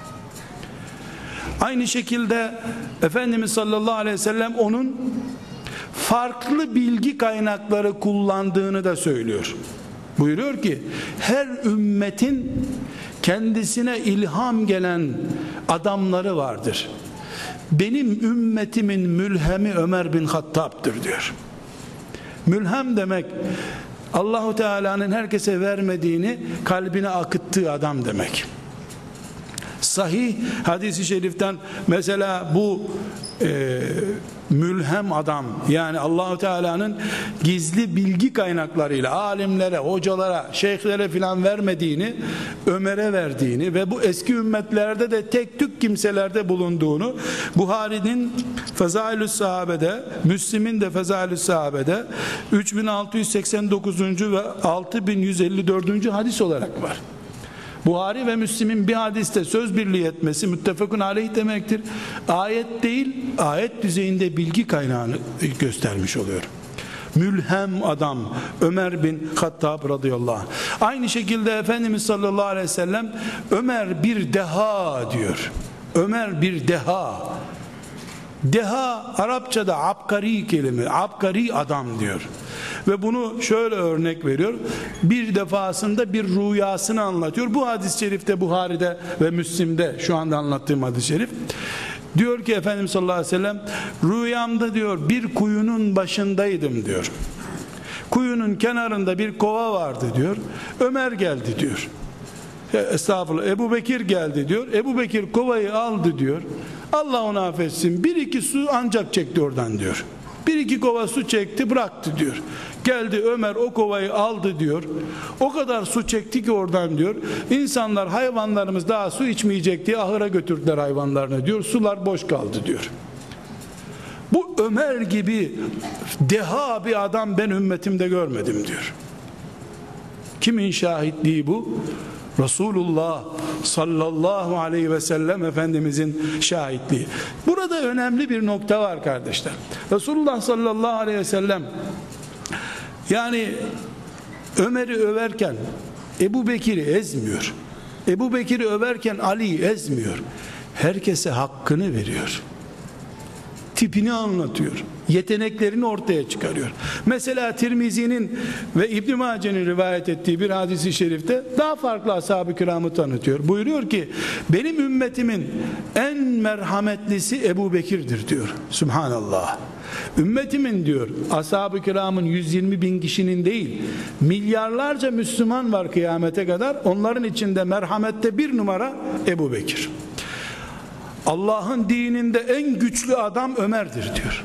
Aynı şekilde Efendimiz sallallahu aleyhi ve sellem onun farklı bilgi kaynakları kullandığını da söylüyor. Buyuruyor ki her ümmetin kendisine ilham gelen adamları vardır. Benim ümmetimin mülhemi Ömer bin Hattab'dır diyor. Mülhem demek, Allahu Teala'nın herkese vermediğini kalbine akıttığı adam demek. Sahih hadis-i şeriften mesela bu mülhem adam, yani Allahu Teala'nın gizli bilgi kaynaklarıyla alimlere, hocalara, şeyhlere filan vermediğini Ömer'e verdiğini ve bu eski ümmetlerde de tek tük kimselerde bulunduğunu Buhari'nin Fezailü's Sahabe'de, Müslim'in de Fezailü's Sahabe'de 3689. ve 6154. hadis olarak var. Buhari ve Müslim'in bir hadiste söz birliği etmesi müttefakun aleyh demektir. Ayet değil, ayet düzeyinde bilgi kaynağını göstermiş oluyor. Mülhem adam Ömer bin Hattab radıyallahu anh. Aynı şekilde Efendimiz sallallahu aleyhi ve sellem Ömer bir deha diyor. Ömer bir deha. Deha Arapçada abkari kelime, abkari adam diyor. Ve bunu şöyle örnek veriyor. Bir defasında bir rüyasını anlatıyor. Bu hadis-i şerifte Buhari'de ve Müslim'de, şu anda anlattığım hadis-i şerif. Diyor ki Efendimiz sallallahu aleyhi ve sellem, rüyamda diyor bir kuyunun başındaydım diyor. Kuyunun kenarında bir kova vardı diyor. Ömer geldi diyor. Estağfurullah, Ebu Bekir geldi diyor. Ebu Bekir kovayı aldı diyor. Allah onu affetsin, bir iki su ancak çekti oradan diyor. Bir iki kova su çekti, bıraktı diyor. Geldi Ömer o kovayı aldı diyor. O kadar su çekti ki oradan diyor. İnsanlar, hayvanlarımız daha su içmeyecek diye ahıra götürdüler hayvanlarını diyor. Sular boş kaldı diyor. Bu Ömer gibi deha bir adam ben ümmetimde görmedim diyor. Kimin şahitliği bu? Resulullah sallallahu aleyhi ve sellem Efendimizin şahitliği. Burada önemli bir nokta var kardeşler. Resulullah sallallahu aleyhi ve sellem yani Ömer'i överken Ebu Bekir'i ezmiyor. Ebu Bekir'i överken Ali'yi ezmiyor. Herkese hakkını veriyor. Tipini anlatıyor. Yeteneklerini ortaya çıkarıyor. Mesela Tirmizi'nin ve İbn Mace'nin rivayet ettiği bir hadisi şerifte daha farklı ashab-ı kiramı tanıtıyor. Buyuruyor ki benim ümmetimin en merhametlisi Ebu Bekir'dir diyor. Subhanallah. Ümmetimin diyor ashab-ı kiramın 120 bin kişinin değil milyarlarca Müslüman var kıyamete kadar, onların içinde merhamette bir numara Ebu Bekir. Allah'ın dininde en güçlü adam Ömer'dir diyor.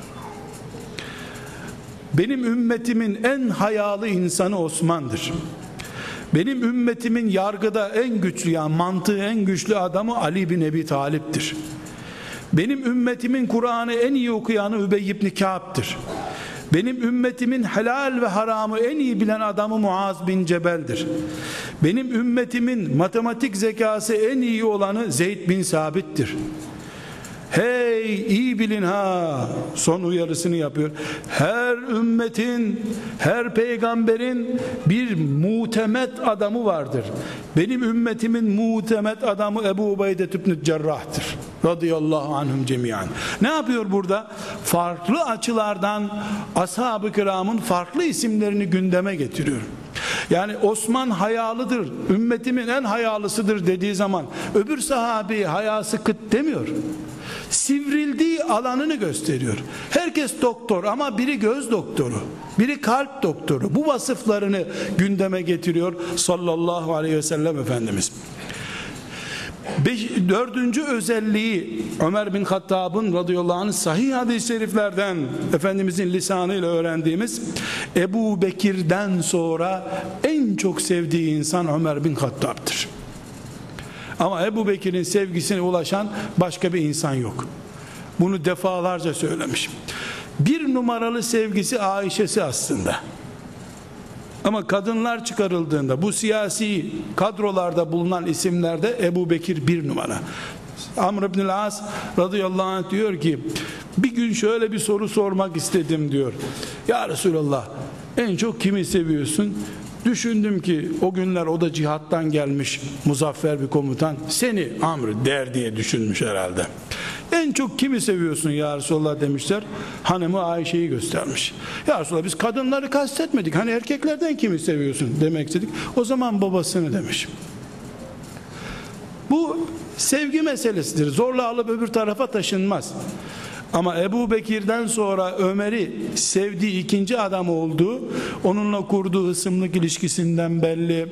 Benim ümmetimin en hayalı insanı Osman'dır. Benim ümmetimin yargıda en güçlü, yani mantığı en güçlü adamı Ali bin Ebi Talip'tir. Benim ümmetimin Kur'an'ı en iyi okuyanı Übey ibn Kâb'dır. Benim ümmetimin helal ve haramı en iyi bilen adamı Muaz bin Cebel'dir. Benim ümmetimin matematik zekası en iyi olanı Zeyd bin Sabit'tir. Hey iyi bilin ha, son uyarısını yapıyor. Her ümmetin, her peygamberin bir mutemet adamı vardır. Benim ümmetimin mutemet adamı Ebu Ubeyde ibn Cerrah'tır. Radıyallahu anhum cemiyan. Ne yapıyor burada? Farklı açılardan ashab-ı kiramın farklı isimlerini gündeme getiriyor. Yani Osman hayalıdır, ümmetimin en hayalısıdır dediği zaman öbür sahabi hayası kıt demiyor. Sivrildiği alanını gösteriyor. Herkes doktor ama biri göz doktoru, biri kalp doktoru. Bu vasıflarını gündeme getiriyor sallallahu aleyhi ve sellem Efendimiz. Dördüncü özelliği Ömer bin Hattab'ın radıyallahu anh sahih hadis-i şeriflerden Efendimizin lisanıyla öğrendiğimiz, Ebu Bekir'den sonra en çok sevdiği insan Ömer bin Hattab'dır. Ama Ebu Bekir'in sevgisine ulaşan başka bir insan yok. Bunu defalarca söylemiş. Bir numaralı sevgisi Ayşe'si aslında. Ama kadınlar çıkarıldığında bu siyasi kadrolarda bulunan isimlerde Ebu Bekir bir numara. Amr ibn al-As radıyallahu anh diyor ki bir gün şöyle bir soru sormak istedim diyor. Ya Resulallah, en çok kimi seviyorsun? Düşündüm ki o günler o da cihattan gelmiş muzaffer bir komutan, seni Amr der diye düşünmüş herhalde. En çok kimi seviyorsun ya Resulallah demişler. Hanımı Ayşe'yi göstermiş. Ya Resulallah biz kadınları kastetmedik. Hani erkeklerden kimi seviyorsun demek istedik. O zaman babasını demiş. Bu sevgi meselesidir. Zorla alıp öbür tarafa taşınmaz. Ama Ebu Bekir'den sonra Ömer'i sevdiği ikinci adam olduğu, onunla kurduğu hısımlık ilişkisinden belli,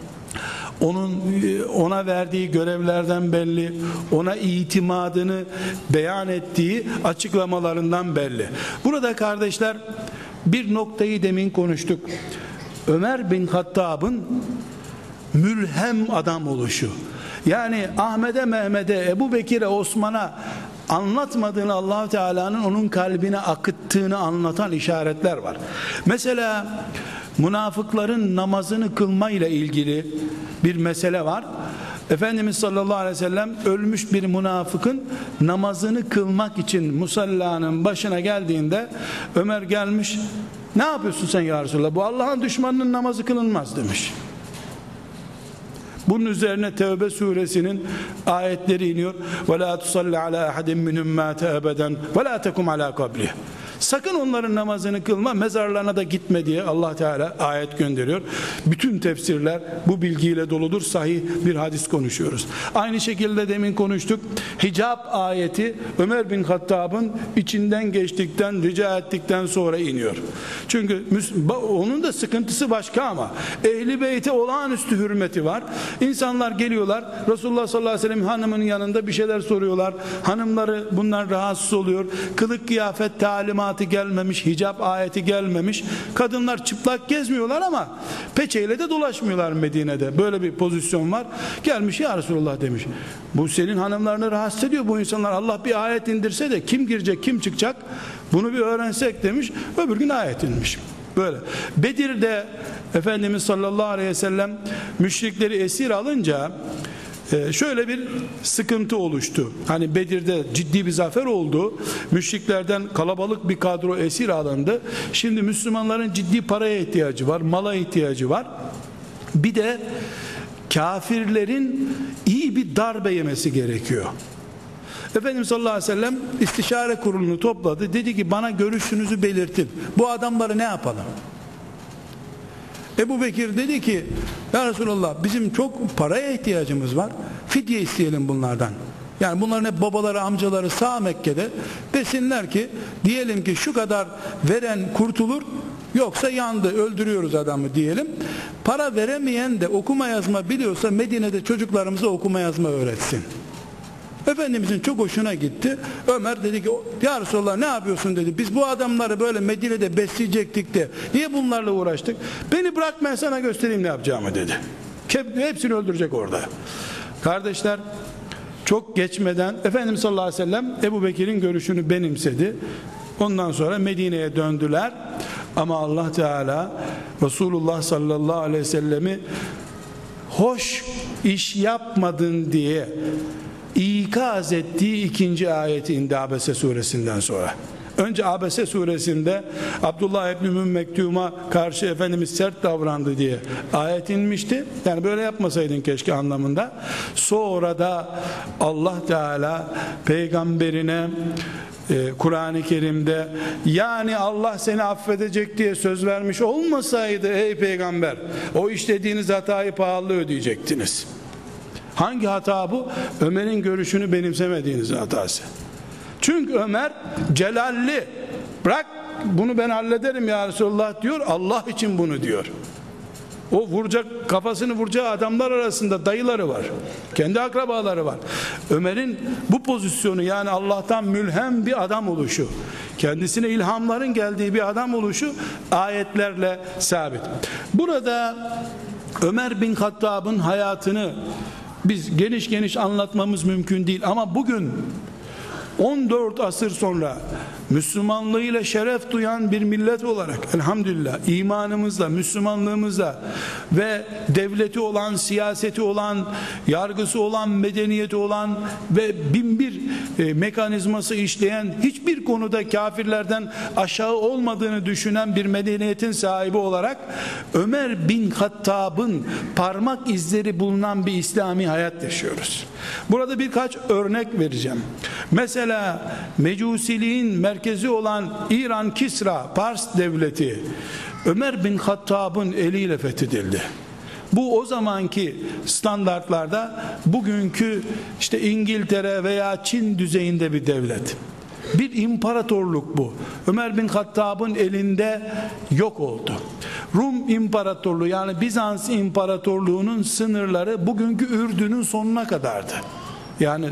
ona verdiği görevlerden belli, ona itimadını beyan ettiği açıklamalarından belli. Burada kardeşler bir noktayı demin konuştuk. Ömer bin Hattab'ın mülhem adam oluşu. Yani Ahmet'e, Mehmet'e, Ebu Bekir'e, Osman'a anlatmadığını Allah Teala'nın onun kalbine akıttığını anlatan işaretler var. Mesela münafıkların namazını kılma ile ilgili bir mesele var. Efendimiz sallallahu aleyhi ve sellem ölmüş bir münafıkın namazını kılmak için musallanın başına geldiğinde Ömer gelmiş, ne yapıyorsun sen ya Resulallah, bu Allah'ın düşmanının namazı kılınmaz demiş. Bunun üzerine Tevbe suresinin ayetleri iniyor. Ve la tusalli ala ahadin minhum mâte ebeden ve la tekum ala kabrih. Sakın onların namazını kılma, mezarlarına da gitme diye Allah Teala ayet gönderiyor. Bütün tefsirler bu bilgiyle doludur. Sahih bir hadis konuşuyoruz. Aynı şekilde demin konuştuk. Hicab ayeti Ömer bin Hattab'ın içinden geçtikten, rica ettikten sonra iniyor. Çünkü onun da sıkıntısı başka ama Ehli Beyt'e olağanüstü hürmeti var. İnsanlar geliyorlar, Resulullah sallallahu aleyhi ve sellem hanımının yanında bir şeyler soruyorlar. Hanımları bundan rahatsız oluyor. Kılık kıyafet talimat tahrimatı gelmemiş, hicap ayeti gelmemiş. Kadınlar çıplak gezmiyorlar ama peçeyle de dolaşmıyorlar Medine'de. Böyle bir pozisyon var. Gelmiş, ya Resulullah demiş, bu senin hanımlarını rahatsız ediyor bu insanlar. Allah bir ayet indirse de kim girecek kim çıkacak bunu bir öğrensek demiş. Öbür gün ayet inmiş. Böyle. Bedir'de Efendimiz sallallahu aleyhi ve sellem müşrikleri esir alınca şöyle bir sıkıntı oluştu. Hani Bedir'de ciddi bir zafer oldu. Müşriklerden kalabalık bir kadro esir alındı. Şimdi Müslümanların ciddi paraya ihtiyacı var, mala ihtiyacı var. Bir de kafirlerin iyi bir darbe yemesi gerekiyor. Efendimiz sallallahu aleyhi ve sellem istişare kurulunu topladı. Dedi ki bana görüşünüzü belirtin. Bu adamları ne yapalım? Ebu Bekir dedi ki ya Resulallah bizim çok paraya ihtiyacımız var. Fidye isteyelim bunlardan. Yani bunların hep babaları amcaları sağ Mekke'de, desinler ki diyelim ki şu kadar veren kurtulur, yoksa yandı, öldürüyoruz adamı diyelim. Para veremeyen de okuma yazma biliyorsa Medine'de çocuklarımıza okuma yazma öğretsin. Efendimizin çok hoşuna gitti. Ömer dedi ki ya Resulallah ne yapıyorsun dedi. Biz bu adamları böyle Medine'de besleyecektik de niye bunlarla uğraştık? Beni bırak ben sana göstereyim ne yapacağımı dedi. Hepsini öldürecek orada. Kardeşler, çok geçmeden Efendimiz sallallahu aleyhi ve sellem Ebu Bekir'in görüşünü benimsedi. Ondan sonra Medine'ye döndüler. Ama Allah Teala Resulullah sallallahu aleyhi ve sellemi hoş iş yapmadın diye ikaz ettiği ikinci ayeti indi Abese suresinden sonra. Önce Abese suresinde Abdullah İbni Ümmü Mektum'a karşı Efendimiz sert davrandı diye ayet inmişti. Yani böyle yapmasaydın keşke anlamında. Sonra da Allah Teala peygamberine Kur'an-ı Kerim'de yani Allah seni affedecek diye söz vermiş olmasaydı ey peygamber o işlediğiniz hatayı pahalı ödeyecektiniz. Hangi hata bu? Ömer'in görüşünü benimsemediğiniz hatası. Çünkü Ömer celalli, bırak bunu ben hallederim ya Resulullah diyor, Allah için bunu diyor. O vuracak, kafasını vuracağı adamlar arasında dayıları var, kendi akrabaları var. Ömer'in bu pozisyonu, yani Allah'tan mülhem bir adam oluşu, kendisine ilhamların geldiği bir adam oluşu ayetlerle sabit. Burada Ömer bin Hattab'ın hayatını biz geniş geniş anlatmamız mümkün değil ama bugün 14 asır sonra Müslümanlığıyla şeref duyan bir millet olarak elhamdülillah imanımızla, Müslümanlığımızla ve devleti olan, siyaseti olan, yargısı olan, medeniyeti olan ve binbir mekanizması işleyen, hiçbir konuda kafirlerden aşağı olmadığını düşünen bir medeniyetin sahibi olarak Ömer bin Hattab'ın parmak izleri bulunan bir İslami hayat yaşıyoruz. Burada birkaç örnek vereceğim. Mesela Mecusiliğin merkezi olan İran Kisra Pars devleti Ömer bin Hattab'ın eliyle fethedildi. Bu o zamanki standartlarda bugünkü işte İngiltere veya Çin düzeyinde bir devlet. Bir imparatorluk bu. Ömer bin Hattab'ın elinde yok oldu. Rum İmparatorluğu, yani Bizans İmparatorluğu'nun sınırları bugünkü Ürdün'ün sonuna kadardı. Yani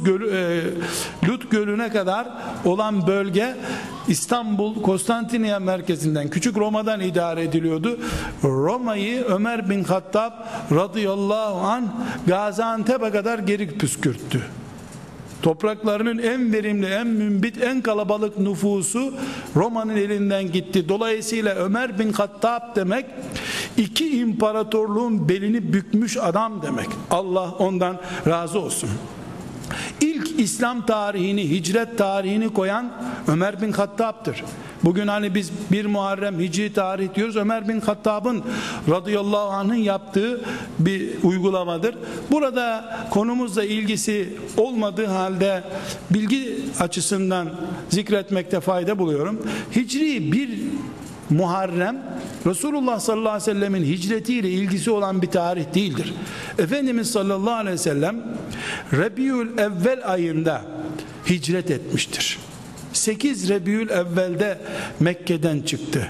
Lut Gölü'ne kadar olan bölge İstanbul, Konstantiniye merkezinden, Küçük Roma'dan idare ediliyordu. Roma'yı Ömer bin Hattab radıyallahu anh Gaziantep'e kadar geri püskürttü. Topraklarının en verimli, en mümbit, en kalabalık nüfusu Roma'nın elinden gitti. Dolayısıyla Ömer bin Hattab demek iki imparatorluğun belini bükmüş adam demek. Allah ondan razı olsun. İlk İslam tarihini, hicret tarihini koyan Ömer bin Hattab'tır. Bugün hani biz 1 Muharrem Hicri tarih diyoruz. Ömer bin Hattab'ın radıyallahu anh'ın yaptığı bir uygulamadır. Burada konumuzla ilgisi olmadığı halde bilgi açısından zikretmekte fayda buluyorum. Hicri 1 Muharrem Resulullah sallallahu aleyhi ve sellemin hicretiyle ilgisi olan bir tarih değildir. Efendimiz sallallahu aleyhi ve sellem Rabiül Evvel ayında hicret etmiştir. 8 Rabiül Evvel'de Mekke'den çıktı.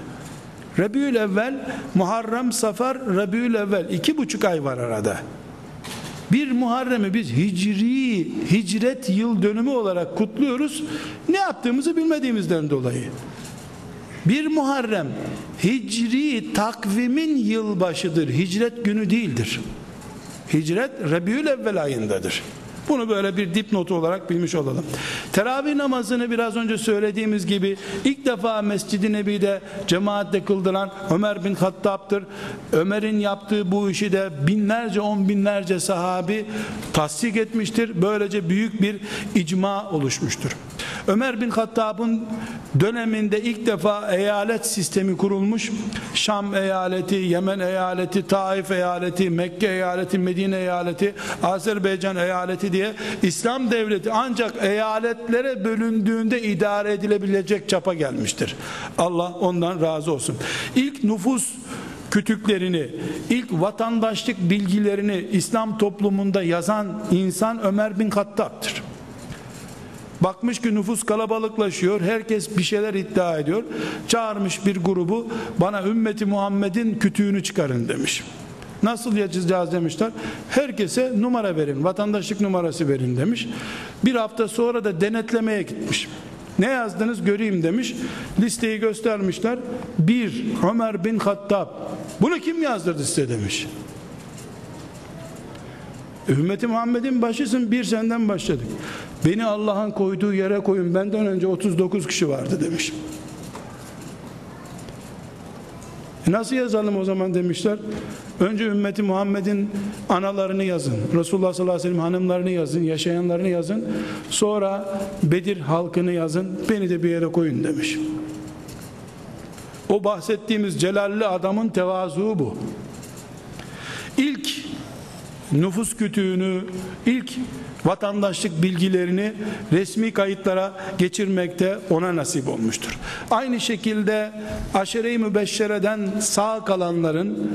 Rabiül Evvel, Muharrem, Safar, Rabiül Evvel 2,5 ay var arada. Bir Muharrem'i biz hicret yıl dönümü olarak kutluyoruz. Ne yaptığımızı bilmediğimizden dolayı. Bir Muharrem hicri takvimin yılbaşıdır. Hicret günü değildir. Hicret Rabiülevvel ayındadır. Bunu böyle bir dipnotu olarak bilmiş olalım. Teravih namazını biraz önce söylediğimiz gibi ilk defa Mescid-i Nebi'de cemaatle kıldıran Ömer bin Hattab'tır. Ömer'in yaptığı bu işi de binlerce, on binlerce sahabi tasdik etmiştir. Böylece büyük bir icma oluşmuştur. Ömer bin Hattab'ın döneminde ilk defa eyalet sistemi kurulmuş. Şam eyaleti, Yemen eyaleti, Taif eyaleti, Mekke eyaleti, Medine eyaleti, Azerbaycan eyaleti diye İslam devleti ancak eyaletlere bölündüğünde idare edilebilecek çapa gelmiştir. Allah ondan razı olsun. İlk nüfus kütüklerini, ilk vatandaşlık bilgilerini İslam toplumunda yazan insan Ömer bin Hattab'tır. Bakmış ki nüfus kalabalıklaşıyor, herkes bir şeyler iddia ediyor. Çağırmış bir grubu, bana ümmeti Muhammed'in kütüğünü çıkarın demiş. Nasıl yazacağız demişler. Herkese numara verin, vatandaşlık numarası verin demiş. Bir hafta sonra da denetlemeye gitmiş. Ne yazdınız göreyim demiş. Listeyi göstermişler. 1 Ömer bin Hattab. Bunu kim yazdırdı size demiş. Ümmeti Muhammed'in başısın, bir senden başladık. Beni Allah'ın koyduğu yere koyun, benden önce 39 kişi vardı demiş. Nasıl yazalım o zaman demişler. Önce ümmeti Muhammed'in analarını yazın, Resulullah sallallahu aleyhi ve sellem hanımlarını yazın, yaşayanlarını yazın, sonra Bedir halkını yazın, beni de bir yere koyun demiş. O bahsettiğimiz celalli adamın tevazu bu. İlk nüfus kütüğünü, ilk vatandaşlık bilgilerini resmi kayıtlara geçirmekte ona nasip olmuştur. Aynı şekilde aşere-i mübeşşereden sağ kalanların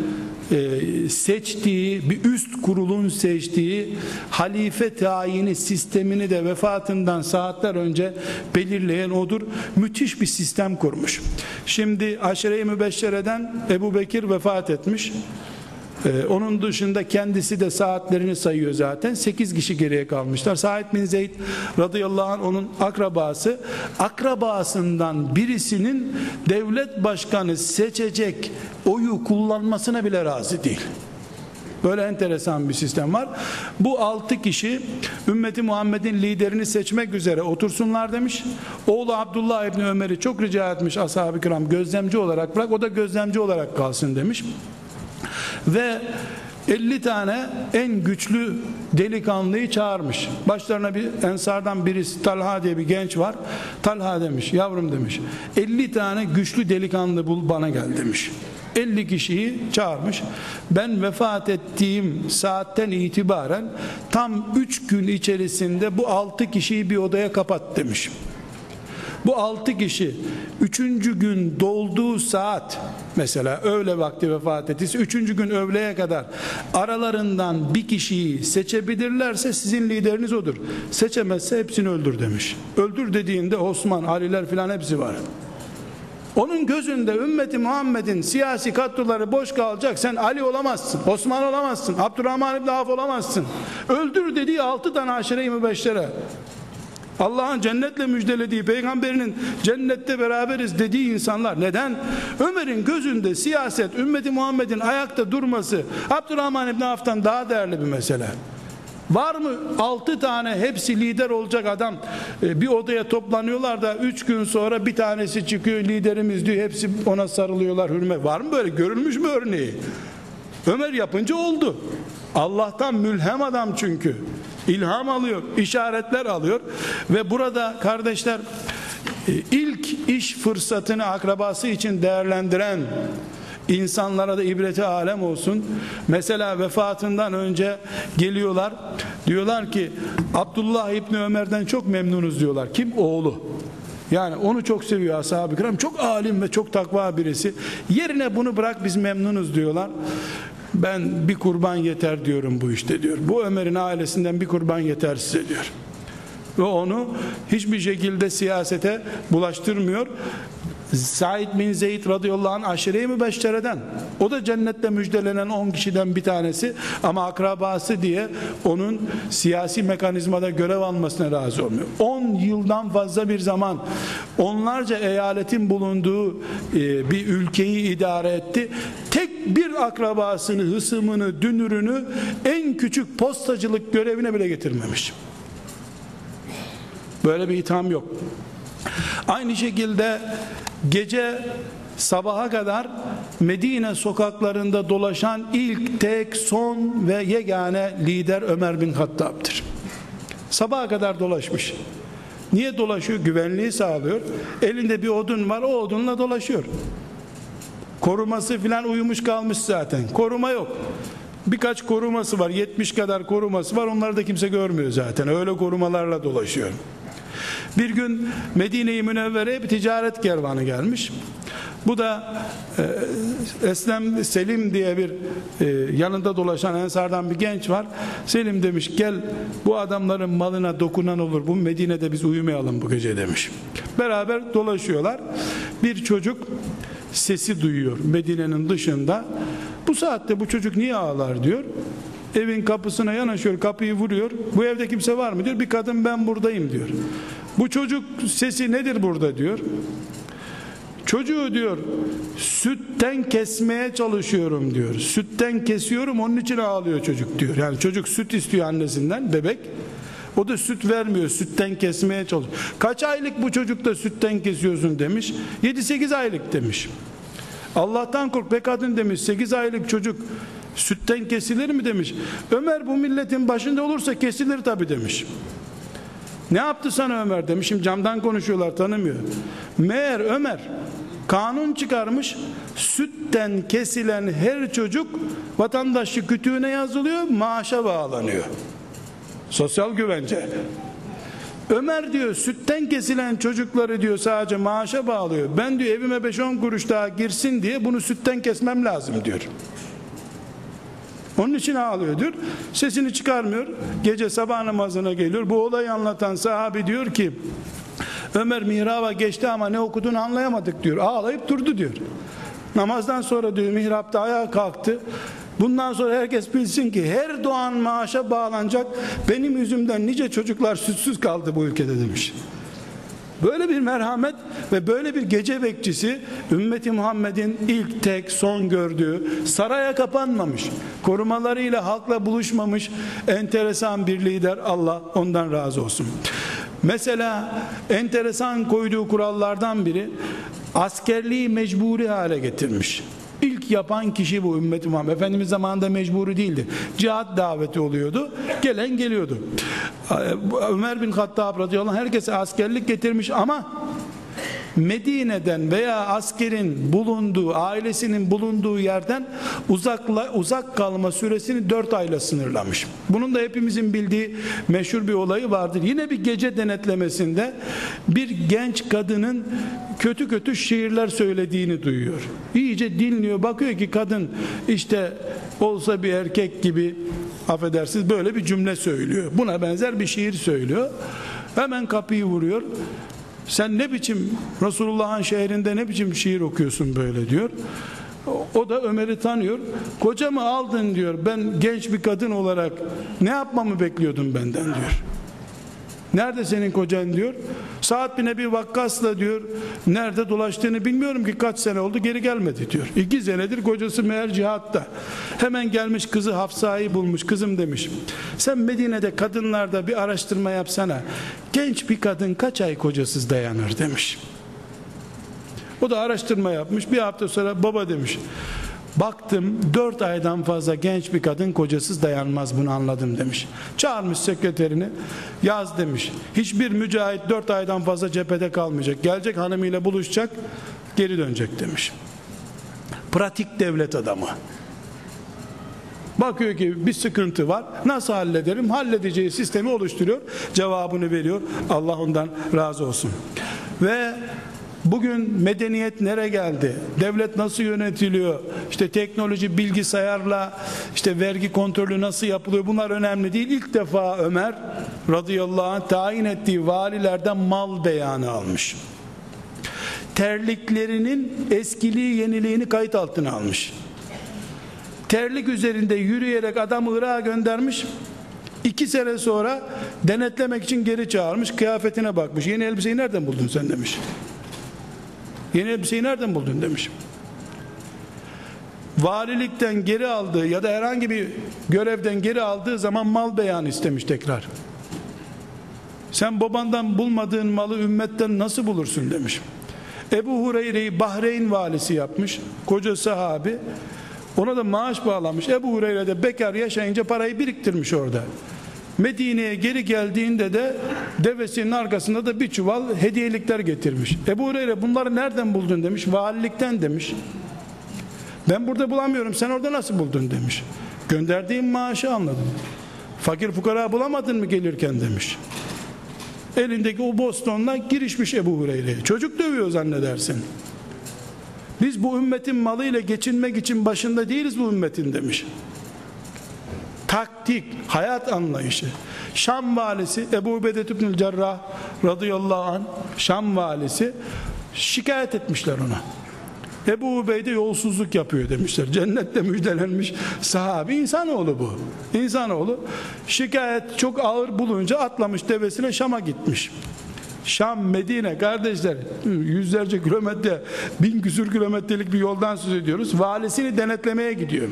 seçtiği, bir üst kurulun seçtiği halife tayini sistemini de vefatından saatler önce belirleyen odur. Müthiş bir sistem kurmuş. Şimdi aşere-i mübeşşereden Ebu Bekir vefat etmiş. Onun dışında kendisi de saatlerini sayıyor zaten. 8 kişi geriye kalmışlar. Said bin Zeyd radıyallahu anh onun akrabası. Akrabasından birisinin devlet başkanı seçecek oyu kullanmasına bile razı değil. Böyle enteresan bir sistem var. Bu 6 kişi ümmeti Muhammed'in liderini seçmek üzere otursunlar demiş. Oğlu Abdullah İbni Ömer'i çok rica etmiş ashab-ı kiram, gözlemci olarak bırak, o da gözlemci olarak kalsın demiş. Ve 50 tane en güçlü delikanlıyı çağırmış. Başlarına bir ensardan birisi, Talha diye bir genç var. Talha demiş, yavrum demiş, 50 tane güçlü delikanlı bul bana gel demiş. 50 kişiyi çağırmış. Ben vefat ettiğim saatten itibaren tam 3 gün içerisinde bu 6 kişiyi bir odaya kapat demiş. Bu 6 kişi 3. gün dolduğu saat, mesela öğle vakti vefat ettiyse 3. gün öğleye kadar aralarından bir kişiyi seçebilirlerse sizin lideriniz odur. Seçemezse hepsini öldür demiş. Öldür dediğinde Osman, Aliler filan hepsi var. Onun gözünde ümmeti Muhammed'in siyasi kadroları boş kalacak. Sen Ali olamazsın, Osman olamazsın, Abdurrahman İbni Avf olamazsın. Öldür dediği 6 tane aşire-i mübeşşere, Allah'ın cennetle müjdelediği, peygamberinin cennette beraberiz dediği insanlar. Neden? Ömer'in gözünde siyaset, ümmeti Muhammed'in ayakta durması Abdurrahman İbni Avf'tan daha değerli bir mesele. Var mı 6 tane hepsi lider olacak adam bir odaya toplanıyorlar da 3 gün sonra bir tanesi çıkıyor, liderimiz diyor, hepsi ona sarılıyorlar, hürmet. Var mı böyle? Görülmüş mü örneği? Ömer yapınca oldu. Allah'tan mülhem adam çünkü. İlham alıyor, işaretler alıyor ve burada kardeşler ilk iş fırsatını akrabası için değerlendiren insanlara da ibreti alem olsun. Mesela vefatından önce geliyorlar, diyorlar ki Abdullah İbni Ömer'den çok memnunuz diyorlar. Kim? Oğlu. Yani onu çok seviyor ashab-ı kiram, çok alim ve çok takva birisi. Yerine bunu bırak, biz memnunuz diyorlar. Ben bir kurban yeter diyorum bu işte diyor. Bu Ömer'in ailesinden bir kurban yeter size diyor. Ve onu hiçbir şekilde siyasete bulaştırmıyor. Said bin Zeyd radıyallahu anh aşire-i mübeşşereden, o da cennette müjdelenen 10 kişiden bir tanesi, ama akrabası diye onun siyasi mekanizmada görev almasına razı olmuyor. 10 yıldan fazla bir zaman onlarca eyaletin bulunduğu bir ülkeyi idare etti. Tek bir akrabasını, hısımını, dünürünü en küçük postacılık görevine bile getirmemiş. Böyle bir itham yok. Aynı şekilde gece sabaha kadar Medine sokaklarında dolaşan ilk, tek, son ve yegane lider Ömer bin Hattab'dır. Sabaha kadar dolaşmış. Niye dolaşıyor? Güvenliği sağlıyor. Elinde bir odun var, o odunla dolaşıyor. Koruması filan uyumuş kalmış zaten. Koruma yok. Birkaç koruması var, 70 kadar koruması var, onları da kimse görmüyor zaten. Öyle korumalarla dolaşıyor. Bir gün Medine-i Münevvere'ye bir ticaret kervanı gelmiş. Bu da Eslem Selim diye bir yanında dolaşan ensardan bir genç var. Selim demiş, gel bu adamların malına dokunan olur, bu Medine'de biz uyumayalım bu gece demiş. Beraber dolaşıyorlar. Bir çocuk sesi duyuyor Medine'nin dışında. Bu saatte bu çocuk niye ağlar diyor. Evin kapısına yanaşıyor, kapıyı vuruyor. Bu evde kimse var mı diyor. Bir kadın, ben buradayım diyor. Bu çocuk sesi nedir burada diyor. Çocuğu diyor sütten kesmeye çalışıyorum diyor. Sütten kesiyorum, onun için ağlıyor çocuk diyor. Yani çocuk süt istiyor annesinden, bebek. O da süt vermiyor, sütten kesmeye çalışıyor. Kaç aylık bu çocuk da sütten kesiyorsun demiş. 7-8 aylık demiş. Allah'tan kork be kadın demiş, 8 aylık çocuk sütten kesilir mi demiş. Ömer bu milletin başında olursa kesilir tabi demiş. Ne yaptı sana Ömer demiş. Şimdi camdan konuşuyorlar, tanımıyor. Meğer Ömer kanun çıkarmış, sütten kesilen her çocuk vatandaşlık kütüğüne yazılıyor, maaşa bağlanıyor. Sosyal güvence. Ömer diyor sütten kesilen çocukları diyor sadece maaşa bağlıyor. Ben diyor evime 5-10 kuruş daha girsin diye bunu sütten kesmem lazım diyor. Onun için ağlıyor diyor. Sesini çıkarmıyor. Gece sabah namazına geliyor. Bu olayı anlatan sahabi diyor ki, Ömer mihraba geçti ama ne okuduğunu anlayamadık diyor. Ağlayıp durdu diyor. Namazdan sonra diyor mihrapta ayağa kalktı. Bundan sonra herkes bilsin ki her doğan maaşa bağlanacak. Benim yüzümden nice çocuklar sütsüz kaldı bu ülkede demiş. Böyle bir merhamet ve böyle bir gece bekçisi, ümmeti Muhammed'in ilk, tek, son gördüğü, saraya kapanmamış, korumalarıyla halkla buluşmamış enteresan bir lider. Allah ondan razı olsun. Mesela enteresan koyduğu kurallardan biri, askerliği mecburi hale getirmiş. İlk yapan kişi bu ümmeti Muhammed. Efendimiz zamanında mecburi değildi. Cihat daveti oluyordu. Gelen geliyordu. Ömer bin Hattab radıyallahu anh herkese askerlik getirmiş ama Medine'den veya askerin bulunduğu, ailesinin bulunduğu yerden uzak kalma süresini 4 ayla sınırlamış. Bunun da hepimizin bildiği meşhur bir olayı vardır. Yine bir gece denetlemesinde bir genç kadının kötü kötü şiirler söylediğini duyuyor. İyice dinliyor, bakıyor ki kadın işte olsa bir erkek gibi, affedersiniz, böyle bir cümle söylüyor. Buna benzer bir şiir söylüyor. Hemen kapıyı vuruyor. Sen ne biçim Resulullah'ın şehrinde ne biçim şiir okuyorsun böyle diyor. O da Ömer'i tanıyor. Kocamı aldın diyor. Ben genç bir kadın olarak ne yapmamı bekliyordun benden diyor. Nerede senin kocan diyor. Sa'd bin Ebi Vakkas'la diyor nerede dolaştığını bilmiyorum ki kaç sene oldu geri gelmedi diyor. 2 senedir kocası meğer cihatta. Hemen gelmiş kızı Hafsa'yı bulmuş. Kızım demiş, sen Medine'de kadınlarda bir araştırma yapsana. Genç bir kadın kaç ay kocasız dayanır demiş. O da araştırma yapmış. Bir hafta sonra baba demiş, baktım 4 aydan fazla genç bir kadın kocasız dayanmaz, bunu anladım demiş. Çağırmış sekreterini, yaz demiş. Hiçbir mücahit 4 aydan fazla cephede kalmayacak. Gelecek hanımıyla buluşacak, geri dönecek demiş. Pratik devlet adamı. Bakıyor ki bir sıkıntı var. Nasıl hallederim? Halledeceği sistemi oluşturuyor. Cevabını veriyor. Allah ondan razı olsun. Ve bugün medeniyet nereye geldi? Devlet nasıl yönetiliyor? İşte teknoloji, bilgisayarla işte vergi kontrolü nasıl yapılıyor? Bunlar önemli değil. İlk defa Ömer radıyallahu anh tayin ettiği valilerden mal beyanı almış. terliklerinin eskiliği yeniliğini kayıt altına almış. Terlik üzerinde yürüyerek adamı Irak'a göndermiş. 2 sene sonra denetlemek için geri çağırmış. Kıyafetine bakmış. Yeni elbiseyi nereden buldun sen demiş. Yeni elbiseyi nereden buldun demiş. Valilikten geri aldığı ya da herhangi bir görevden geri aldığı zaman mal beyanı istemiş tekrar. Sen babandan bulmadığın malı ümmetten nasıl bulursun demiş. Ebu Hureyre'yi Bahreyn valisi yapmış. Koca sahabi. Ona da maaş bağlamış. Ebu Hureyre de bekar yaşayınca parayı biriktirmiş orada. Medine'ye geri geldiğinde de devesinin arkasında da bir çuval hediyelikler getirmiş. Ebu Hureyre bunları nereden buldun demiş. Valilikten demiş. Ben burada bulamıyorum, sen orada nasıl buldun demiş. Gönderdiğim maaşı anladım. Fakir fukara bulamadın mı gelirken demiş. Elindeki o bostonla girişmiş Ebu Hureyre'ye. Çocuk dövüyor zannedersin. Biz bu ümmetin malıyla geçinmek için başında değiliz bu ümmetin demiş. Taktik, hayat anlayışı. Şam valisi Ebu Ubeyde İbnül Cerrah radıyallahu anh, Şam valisi, şikayet etmişler ona. Ebu Ubeyde yolsuzluk yapıyor demişler. Cennette müjdelenmiş sahabi, insanoğlu bu. İnsanoğlu şikayet çok ağır bulunca atlamış devesine Şam'a gitmiş. Şam, Medine kardeşler, yüzlerce kilometre, 1000 küsur kilometrelik bir yoldan söz ediyoruz. Valisini denetlemeye gidiyor.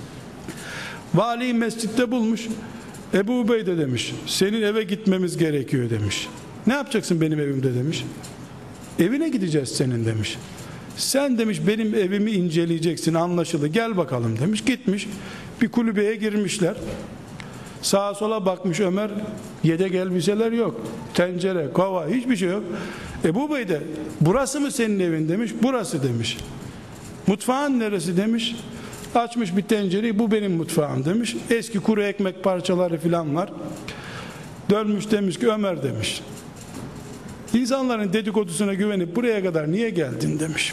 Valiyi mescitte bulmuş. Ebu Ubeyde demiş, senin eve gitmemiz gerekiyor demiş. Ne yapacaksın benim evimde demiş. Evine gideceğiz senin demiş. Sen demiş benim evimi inceleyeceksin, anlaşıldı, gel bakalım demiş. Gitmiş, bir kulübeye girmişler. Sağa sola bakmış Ömer, yedek elbiseler yok, tencere, kova, hiçbir şey yok. Ebu Beyde, burası mı senin evin demiş. Burası demiş. Mutfağın neresi demiş. Açmış bir tencereyi, bu benim mutfağım demiş. Eski kuru ekmek parçaları filan var. Dönmüş demiş ki Ömer demiş, İnsanların dedikodusuna güvenip buraya kadar niye geldin demiş.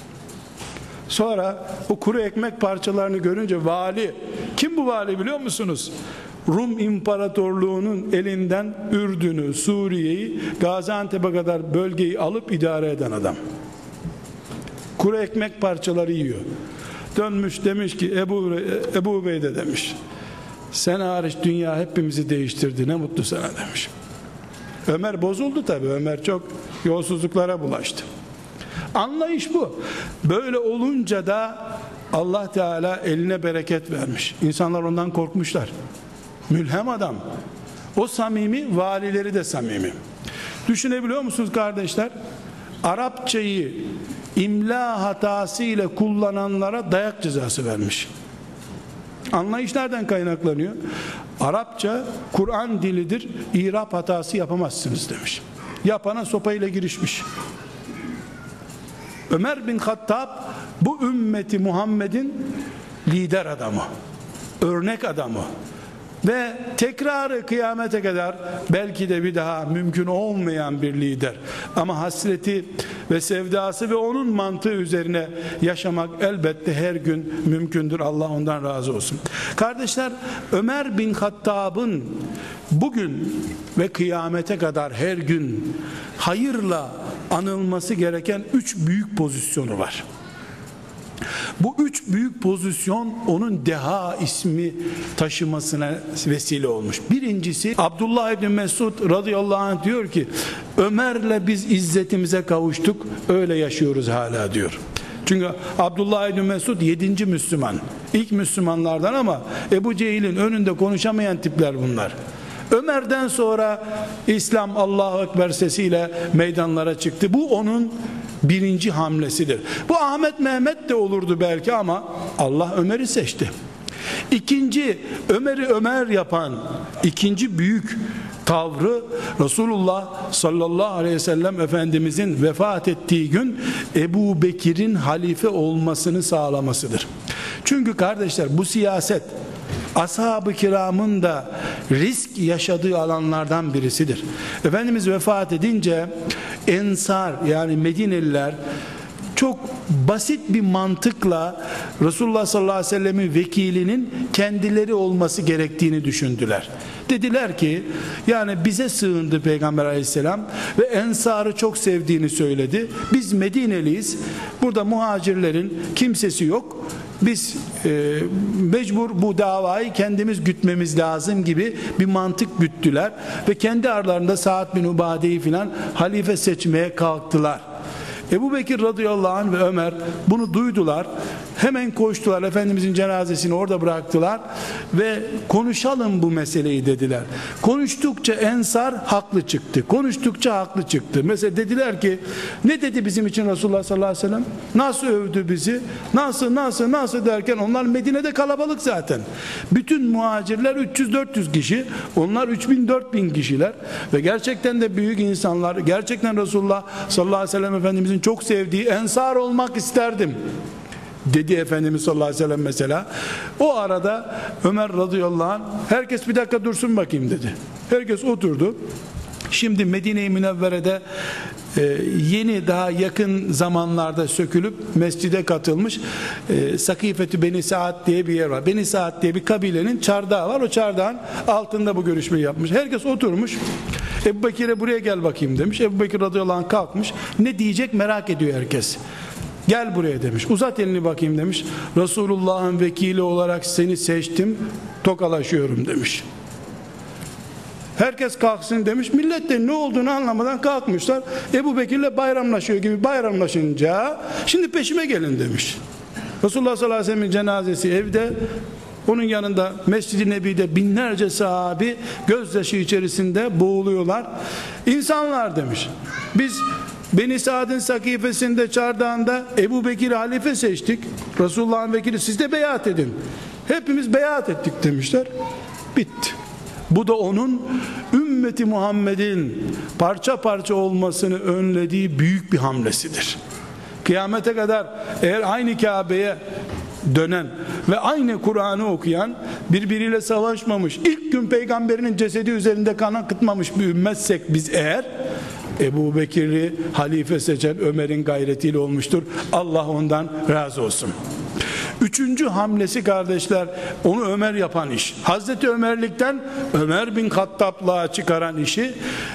Sonra o kuru ekmek parçalarını görünce vali, kim bu vali biliyor musunuz? Rum İmparatorluğu'nun elinden Ürdün'ü, Suriye'yi, Gaziantep'e kadar bölgeyi alıp idare eden adam. Kuru ekmek parçaları yiyor. Dönmüş demiş ki Ebu Ubeyde demiş, sen hariç dünya hepimizi değiştirdi, ne mutlu sana demiş. Ömer bozuldu tabi. Ömer çok yolsuzluklara bulaştı. Anlayış bu. Böyle olunca da Allah Teala eline bereket vermiş. İnsanlar ondan korkmuşlar. Mülhem adam. O samimi, valileri de samimi. Düşünebiliyor musunuz kardeşler? Arapçayı imla hatası ile kullananlara dayak cezası vermiş. Anlayış nereden kaynaklanıyor? Arapça Kur'an dilidir, İrab hatası yapamazsınız demiş. Yapana sopayla girişmiş. Ömer bin Hattab bu ümmeti Muhammed'in lider adamı, örnek adamı ve tekrarı kıyamete kadar belki de bir daha mümkün olmayan bir lider. Ama hasreti ve sevdası ve onun mantığı üzerine yaşamak elbette her gün mümkündür. Allah ondan razı olsun. Kardeşler, Ömer bin Hattab'ın bugün ve kıyamete kadar her gün hayırla anılması gereken 3 büyük pozisyonu var. Bu 3 büyük pozisyon onun deha ismi taşımasına vesile olmuş. Birincisi, Abdullah İbni Mesud radıyallahu anh diyor ki, Ömer'le biz izzetimize kavuştuk, öyle yaşıyoruz hala diyor. Çünkü Abdullah İbni Mesud 7. Müslüman. İlk Müslümanlardan ama Ebu Cehil'in önünde konuşamayan tipler bunlar. Ömer'den sonra İslam Allahu Ekber sesiyle meydanlara çıktı. Bu onun birinci hamlesidir. Bu Ahmet Mehmet de olurdu belki ama Allah Ömer'i seçti. İkinci, Ömer'i Ömer yapan ikinci büyük tavrı Resulullah sallallahu aleyhi ve sellem Efendimizin vefat ettiği gün Ebu Bekir'in halife olmasını sağlamasıdır. Çünkü kardeşler, bu siyaset ashab-ı kiramın da risk yaşadığı alanlardan birisidir. Efendimiz vefat edince Ensar, yani Medineliler çok basit bir mantıkla Resulullah sallallahu aleyhi ve sellemin vekilinin kendileri olması gerektiğini düşündüler. Dediler ki yani bize sığındı Peygamber aleyhisselam ve ensarı çok sevdiğini söyledi. Biz Medineliyiz. Burada muhacirlerin kimsesi yok. Biz mecbur bu davayı kendimiz gütmemiz lazım gibi bir mantık güttüler ve kendi aralarında Sa'd bin Ubade'yi filan halife seçmeye kalktılar. Ebu Bekir radıyallahu anh ve Ömer bunu duydular. Hemen koştular, Efendimizin cenazesini orada bıraktılar ve konuşalım bu meseleyi dediler. Konuştukça ensar haklı çıktı. Konuştukça haklı çıktı. Mesela dediler ki ne dedi bizim için Resulullah sallallahu aleyhi ve sellem? Nasıl övdü bizi? Nasıl derken onlar Medine'de kalabalık zaten. Bütün muhacirler 300-400 kişi. Onlar 3000-4000 kişiler. Ve gerçekten de büyük insanlar. Gerçekten Resulullah sallallahu aleyhi ve sellem Efendimizin çok sevdiği ensar olmak isterdim dedi Efendimiz sallallahu aleyhi ve sellem mesela. O arada Ömer radıyallahu anh herkes bir dakika dursun bakayım dedi. Herkes oturdu. Şimdi Medine-i Münevvere'de yeni daha yakın zamanlarda sökülüp mescide katılmış Sakifetü Beni Saad diye bir yer var. Beni Saad diye bir kabilenin çardağı var. O çardağın altında bu görüşmeyi yapmış. Herkes oturmuş. Ebu Bekir'e buraya gel bakayım demiş. Ebu Bekir radıyallahu anh kalkmış. Ne diyecek merak ediyor herkes. Gel buraya demiş. Uzat elini bakayım demiş. Resulullah'ın vekili olarak seni seçtim. Tokalaşıyorum demiş. Herkes kalksın demiş. Millet de ne olduğunu anlamadan kalkmışlar. Ebu Bekir'le bayramlaşıyor gibi bayramlaşınca şimdi peşime gelin demiş. Resulullah sallallahu aleyhi ve sellem'in cenazesi evde. Onun yanında Mescid-i Nebi'de binlerce sahabi gözyaşı içerisinde boğuluyorlar. İnsanlar demiş. Biz Beni Saad'ın sakifesinde çardağında Ebu Bekir'i halife seçtik. Resulullah'ın vekili, siz de beyat edin. Hepimiz beyat ettik demişler. Bitti. Bu da onun ümmeti Muhammed'in parça parça olmasını önlediği büyük bir hamlesidir. Kıyamete kadar eğer aynı Kabe'ye dönen ve aynı Kur'an'ı okuyan, birbiriyle savaşmamış, ilk gün peygamberinin cesedi üzerinde kan akıtmamış bir ümmetsek biz eğer, Ebu Bekir'i halife seçen Ömer'in gayretiyle olmuştur. Allah ondan razı olsun. Üçüncü hamlesi kardeşler, onu Ömer yapan iş. Hazreti Ömerlikten Ömer bin Hattab'lığa çıkaran işi,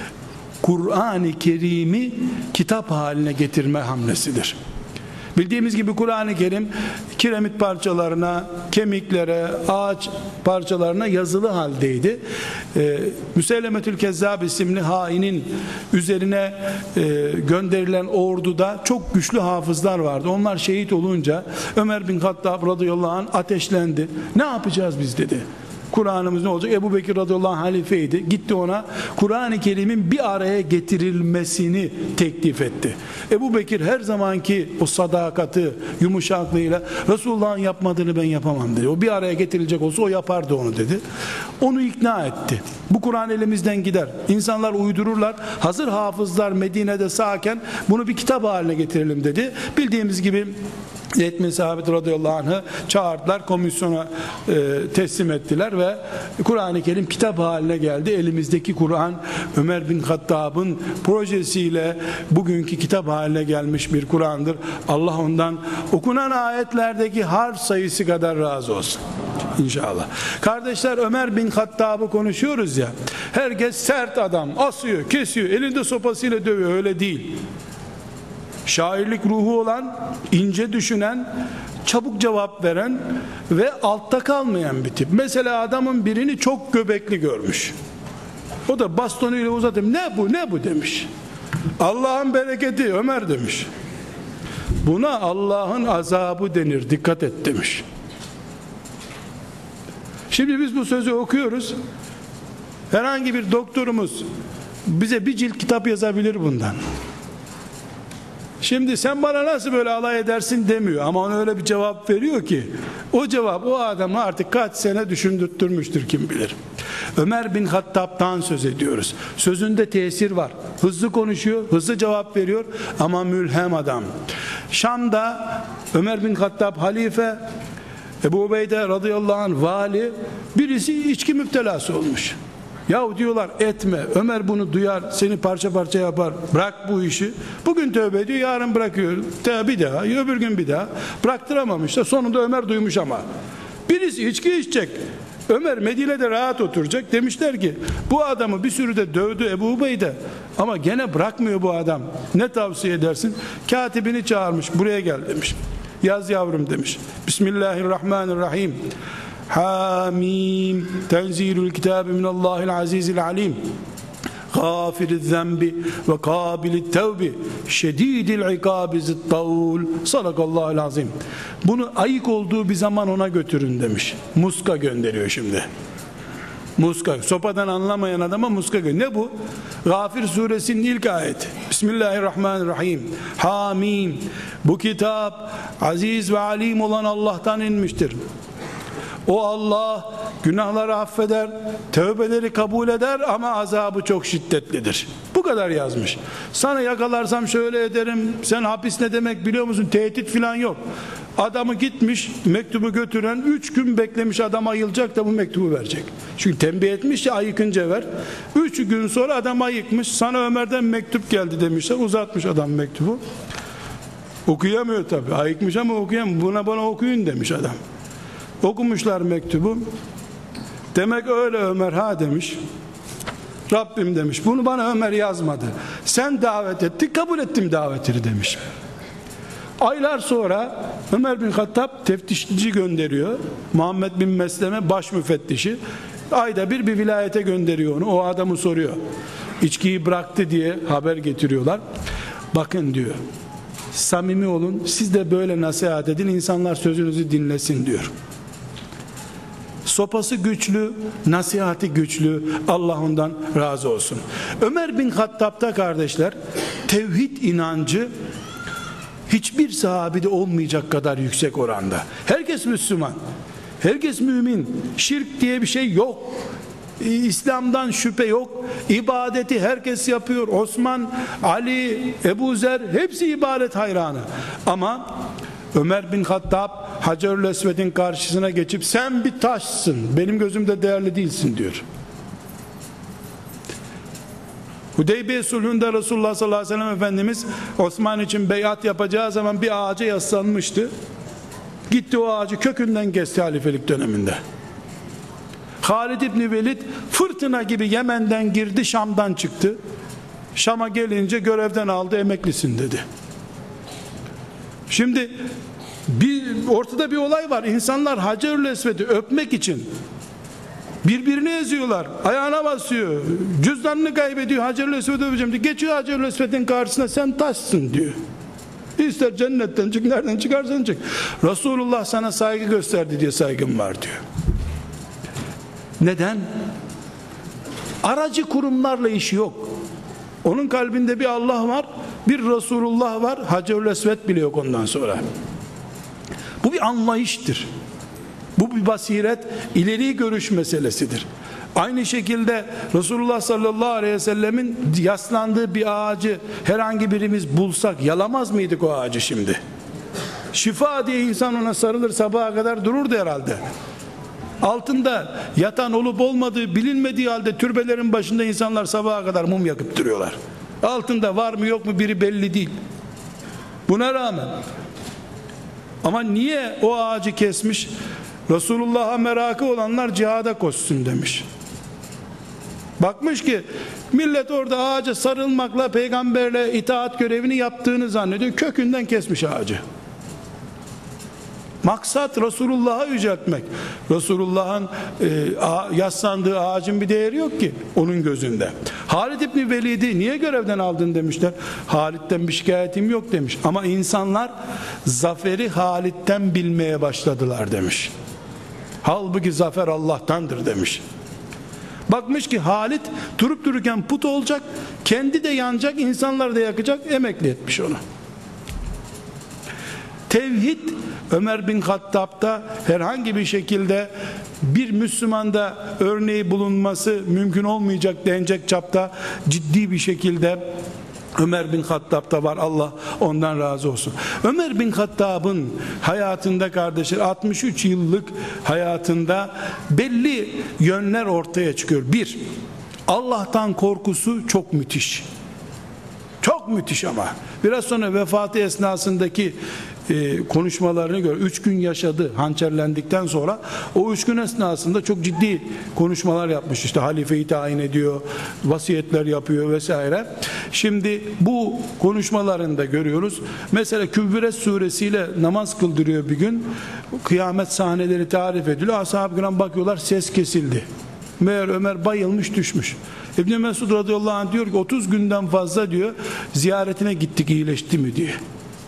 Kur'an-ı Kerim'i kitap haline getirme hamlesidir. Bildiğimiz gibi Kur'an-ı Kerim kiremit parçalarına, kemiklere, ağaç parçalarına yazılı haldeydi. Müsellemetül Kezzab isimli hainin üzerine gönderilen orduda çok güçlü hafızlar vardı. Onlar şehit olunca Ömer bin Hattab radıyallahu anh ateşlendi. Ne yapacağız biz dedi. Kur'an'ımız ne olacak? Ebu Bekir radıyallahu anh halifeydi. Gitti ona Kur'an-ı Kerim'in bir araya getirilmesini teklif etti. Ebu Bekir her zamanki o sadakati, yumuşaklığıyla Resulullah'ın yapmadığını ben yapamam dedi. O bir araya getirilecek olsa o yapardı onu dedi. Onu ikna etti. Bu Kur'an elimizden gider. İnsanlar uydururlar. Hazır hafızlar Medine'de sağken bunu bir kitap haline getirelim dedi. Bildiğimiz gibi Zeyd bin Sabit radıyallahu anh'ı çağırdılar, komisyona teslim ettiler ve Kur'an-ı Kerim kitap haline geldi. Elimizdeki Kur'an Ömer bin Hattab'ın projesiyle bugünkü kitap haline gelmiş bir Kur'an'dır. Allah ondan okunan ayetlerdeki harf sayısı kadar razı olsun. İnşallah. Kardeşler, Ömer bin Hattab'ı konuşuyoruz ya, herkes sert adam, asıyor, kesiyor, elinde sopasıyla dövüyor, öyle değil. Şairlik ruhu olan, ince düşünen, çabuk cevap veren ve altta kalmayan bir tip. Mesela adamın birini çok göbekli görmüş. O da bastonuyla uzatıp ne bu demiş. Allah'ın bereketi Ömer demiş. Buna Allah'ın azabı denir, dikkat et demiş. Şimdi biz bu sözü okuyoruz. Herhangi bir doktorumuz bize bir cilt kitap yazabilir bundan. Şimdi sen bana nasıl böyle alay edersin demiyor ama ona öyle bir cevap veriyor ki o cevap o adamı artık kaç sene düşündürtmüştür kim bilir. Ömer bin Hattab'tan söz ediyoruz. Sözünde tesir var. Hızlı konuşuyor, hızlı cevap veriyor ama mülhem adam. Şam'da Ömer bin Hattab halife, Ebu Ubeyde radıyallahu anh vali, birisi içki müptelası olmuş. Yahu diyorlar etme, Ömer bunu duyar, seni parça parça yapar, bırak bu işi. Bugün tövbe ediyor, yarın bırakıyor, bir daha, öbür gün bir daha. Bıraktıramamış da sonunda Ömer duymuş ama birisi içki içecek, Ömer Medine'de rahat oturacak. Demişler ki bu adamı bir sürü de dövdü Ebu Ubeyde ama gene bırakmıyor bu adam. Ne tavsiye edersin? Katibini çağırmış, buraya gel demiş. Yaz yavrum demiş. Bismillahirrahmanirrahim. Hamim. Tenzilul kitabı minallahil azizil alim. Gafiriz zembi ve kabilit tevbi şedidil ikabi zittavul. Sadakallahul azim. Bunu ayık olduğu bir zaman ona götürün demiş. Muska gönderiyor şimdi. Muska, sopadan anlamayan adama muska gönderiyor. Ne bu? Gafir suresinin ilk ayeti. Bismillahirrahmanirrahim. Hamim. Bu kitap aziz ve alim olan Allah'tan inmiştir. O Allah günahları affeder, tövbeleri kabul eder ama azabı çok şiddetlidir. Bu kadar yazmış. Sana yakalarsam şöyle ederim. Sen hapis ne demek biliyor musun? Tehdit falan yok. Adamı gitmiş, mektubu götüren 3 gün beklemiş, adam ayılacak da bu mektubu verecek. Çünkü tembih etmiş ya, ayıkınca ver. 3 gün sonra adam ayıkmış. Sana Ömer'den mektup geldi demişler. Uzatmış adam mektubu. Okuyamıyor tabi. Ayıkmış ama okuyamıyor. Bana okuyun demiş adam. Okumuşlar mektubu. Demek öyle Ömer ha demiş. Rabbim demiş bunu bana Ömer yazmadı. Sen davet ettin, kabul ettim davetini demiş. Aylar sonra Ömer bin Hattab teftişçi gönderiyor. Muhammed bin Mesleme baş müfettişi. Ayda bir vilayete gönderiyor onu. O adamı soruyor. İçkiyi bıraktı diye haber getiriyorlar. Bakın diyor. Samimi olun. Siz de böyle nasihat edin. İnsanlar sözünüzü dinlesin diyor. Sopası güçlü, nasihati güçlü. Allah ondan razı olsun. Ömer bin Hattab'da kardeşler, tevhid inancı hiçbir sahabede olmayacak kadar yüksek oranda. Herkes Müslüman. Herkes mümin. Şirk diye bir şey yok. İslam'dan şüphe yok. İbadeti herkes yapıyor. Osman, Ali, Ebu Zer hepsi ibadet hayranı. Ama Ömer bin Hattab Hacerül Esved'in karşısına geçip sen bir taşsın, benim gözümde değerli değilsin diyor. Hudeybiye sulhünde Resulullah sallallahu aleyhi ve sellem Efendimiz Osman için beyat yapacağı zaman bir ağaca yaslanmıştı. Gitti o ağacı kökünden kesti halifelik döneminde. Halid İbni Velid fırtına gibi Yemen'den girdi, Şam'dan çıktı. Şam'a gelince görevden aldı, emeklisin dedi. Şimdi ortada bir olay var. İnsanlar Hacerül Esved'i öpmek için birbirini eziyorlar. Ayağına basıyor. Cüzdanını kaybediyor. Hacerül Esved'i öpeceğim diyor. Geçiyor Hacerül Esved'in karşısına, sen taşsın diyor. İster cennetten çık, nereden çıkarsan çık. Resulullah sana saygı gösterdi diye saygım var diyor. Neden? Aracı kurumlarla işi yok. Onun kalbinde bir Allah var, bir Resulullah var, Hacerül Esved bile yok ondan sonra. Bu bir anlayıştır. Bu bir basiret, ileri görüş meselesidir. Aynı şekilde Resulullah sallallahu aleyhi ve sellemin yaslandığı bir ağacı herhangi birimiz bulsak yalamaz mıydık o ağacı şimdi? Şifa diye insan ona sarılır, sabaha kadar dururdu herhalde. Altında yatan olup olmadığı bilinmediği halde türbelerin başında insanlar sabaha kadar mum yakıp duruyorlar. Altında var mı yok mu biri belli değil. Buna rağmen ama niye o ağacı kesmiş? Resulullah'a merakı olanlar cihada koşsun demiş. Bakmış ki millet orada ağaca sarılmakla peygamberle itaat görevini yaptığını zannediyor. Kökünden kesmiş ağacı. Maksat Resulullah'a yüceltmek. Resulullah'ın yaslandığı ağacın bir değeri yok ki onun gözünde. Halid İbni Velid'i niye görevden aldın demişler. Halid'den bir şikayetim yok demiş. Ama insanlar zaferi Halid'den bilmeye başladılar demiş. Halbuki zafer Allah'tandır demiş. Bakmış ki Halid durup dururken put olacak, kendi de yanacak, insanlar da yakacak, emekli etmiş onu. Tevhid Ömer bin Hattab'da herhangi bir şekilde bir Müslümanda örneği bulunması mümkün olmayacak denecek çapta ciddi bir şekilde Ömer bin Hattab'da var. Allah ondan razı olsun. Ömer bin Hattab'ın hayatında kardeşler 63 yıllık hayatında belli yönler ortaya çıkıyor. Bir, Allah'tan korkusu çok müthiş. Çok müthiş ama. Biraz sonra vefatı esnasındaki konuşmalarını gör. 3 gün yaşadı hançerlendikten sonra. O 3 gün esnasında çok ciddi konuşmalar yapmış. İşte halifeyi tayin ediyor, vasiyetler yapıyor vesaire. Şimdi bu konuşmalarında görüyoruz. Mesela Kübüret suresiyle namaz kıldırıyor bir gün. Kıyamet sahneleri tarif ediliyor. Ashab-ı kiram bakıyorlar, ses kesildi. Meğer Ömer bayılmış düşmüş. İbn Mesud radıyallahu anh diyor ki 30 günden fazla diyor ziyaretine gittik, iyileşti mi diye.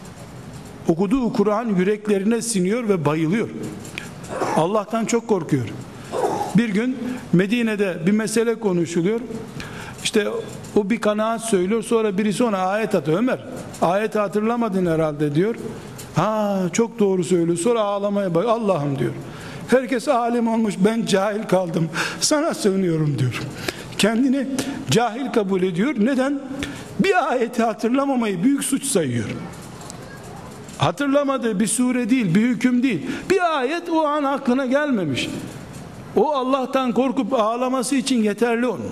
Okuduğu Kur'an yüreklerine siniyor ve bayılıyor. Allah'tan çok korkuyor. Bir gün Medine'de bir mesele konuşuluyor. İşte o bir kanaat söylüyor. Sonra birisi ona ayet atıyor. Ömer, ayeti hatırlamadın herhalde diyor. Ha, çok doğru söylüyor. Sonra ağlamaya bak. Allah'ım diyor. Herkes alim olmuş, ben cahil kaldım. Sana sığınıyorum diyor. Kendini cahil kabul ediyor. Neden? Bir ayeti hatırlamamayı büyük suç sayıyor. Hatırlamadığı bir sure değil, bir hüküm değil. Bir ayet o an aklına gelmemiş. O Allah'tan korkup ağlaması için yeterli onun.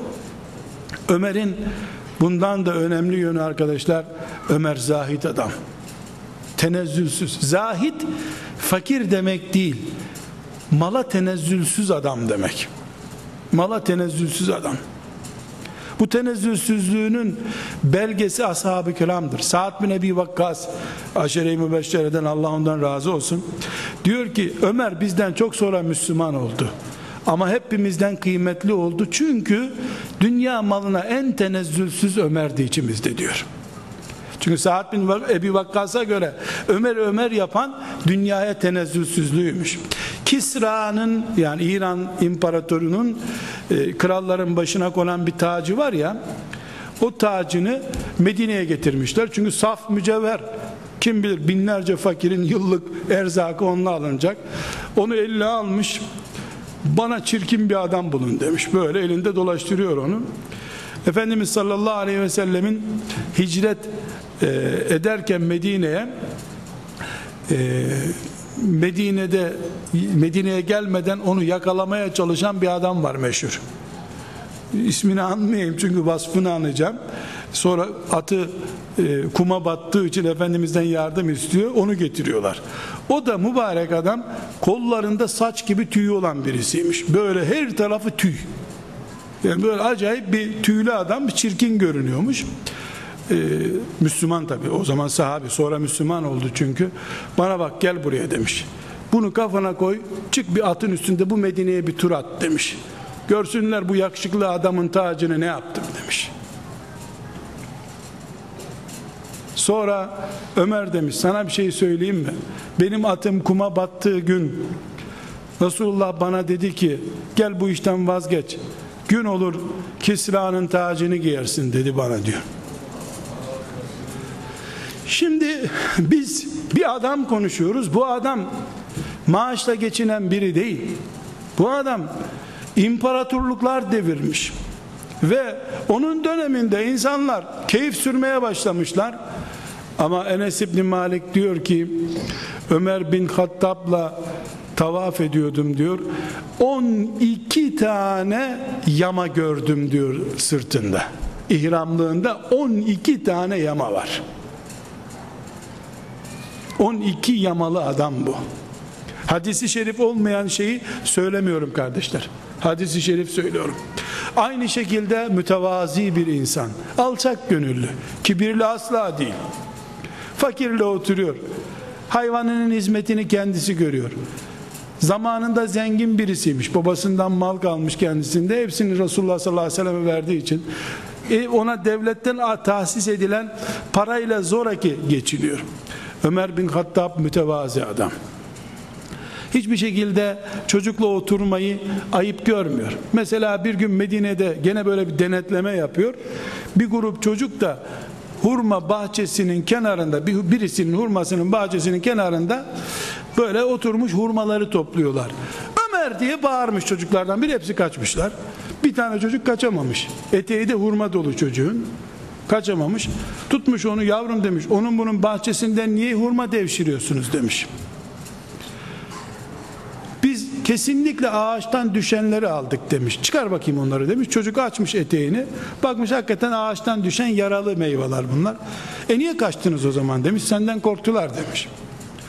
Ömer'in bundan da önemli yönü arkadaşlar, Ömer zahid adam. Tenezzülsüz. Zahid fakir demek değil. Mala tenezzülsüz adam demek. Mala tenezzülsüz adam. Bu tenezzülsüzlüğünün belgesi ashab-ı kiramdır. Sa'd bin Ebi Vakkas, Aşere-i Mübeşşere'den, Allah ondan razı olsun, diyor ki Ömer bizden çok sonra Müslüman oldu. Ama hepimizden kıymetli oldu. Çünkü dünya malına en tenezzülsüz Ömer'di içimizde diyor. Çünkü Sa'd bin Ebi Vakkas'a göre Ömer yapan dünyaya tenezzülsüzlüğüymüş. Kisra'nın, yani İran imparatorunun kralların başına konan bir tacı var ya, o tacını Medine'ye getirmişler. Çünkü saf mücevher, kim bilir binlerce fakirin yıllık erzakı onunla alınacak. Onu eline almış, bana çirkin bir adam bulun demiş. Böyle elinde dolaştırıyor onu. Efendimiz sallallahu aleyhi ve sellemin hicret ederken Medine'ye, Medine'ye gelmeden onu yakalamaya çalışan bir adam var meşhur. İsmini anmayayım çünkü vasfını anlayacağım. Sonra atı kuma battığı için Efendimiz'den yardım istiyor, onu getiriyorlar. O da mübarek adam, kollarında saç gibi tüy olan birisiymiş. Böyle her tarafı tüy. Yani böyle acayip bir tüylü adam, bir çirkin görünüyormuş. Müslüman tabi, o zaman sahabi, sonra Müslüman oldu çünkü. Bana bak, gel buraya demiş. Bunu kafana koy, çık bir atın üstünde bu Medine'ye bir tur at demiş. Görsünler bu yakışıklı adamın tacını ne yaptım demiş. Sonra Ömer demiş, sana bir şey söyleyeyim mi? Benim atım kuma battığı gün Resulullah bana dedi ki gel bu işten vazgeç. Gün olur Kisra'nın tacını giyersin dedi bana diyor. Şimdi biz bir adam konuşuyoruz. Bu adam maaşla geçinen biri değil. Bu adam imparatorluklar devirmiş. Ve onun döneminde insanlar keyif sürmeye başlamışlar. Ama Enes İbni Malik diyor ki Ömer bin Hattab'la tavaf ediyordum diyor. 12 tane yama gördüm diyor sırtında. İhramlığında 12 tane yama var. 12 yamalı adam bu. Hadisi şerif olmayan şeyi söylemiyorum kardeşler. Hadisi şerif söylüyorum. Aynı şekilde mütevazi bir insan. Alçak gönüllü. Kibirli asla değil. Fakirle oturuyor. Hayvanının hizmetini kendisi görüyor. Zamanında zengin birisiymiş. Babasından mal kalmış kendisinde. Hepsini Resulullah sallallahu aleyhi ve sellem'e verdiği için ona devletten tahsis edilen parayla zoraki geçiliyor. Ömer bin Hattab mütevazi adam. Hiçbir şekilde çocukla oturmayı ayıp görmüyor. Mesela bir gün Medine'de gene böyle bir denetleme yapıyor. Bir grup çocuk da hurma bahçesinin kenarında, birisinin hurmasının bahçesinin kenarında böyle oturmuş hurmaları topluyorlar. Ömer diye bağırmış çocuklardan biri, hepsi kaçmışlar. Bir tane çocuk kaçamamış. Eteği de hurma dolu çocuğun. Kaçamamış. Tutmuş onu, yavrum demiş, onun bunun bahçesinden niye hurma devşiriyorsunuz demiş. Biz kesinlikle ağaçtan düşenleri aldık demiş. Çıkar bakayım onları demiş. Çocuk açmış eteğini. Bakmış hakikaten ağaçtan düşen yaralı meyveler bunlar. Niye kaçtınız o zaman demiş. Senden korktular demiş.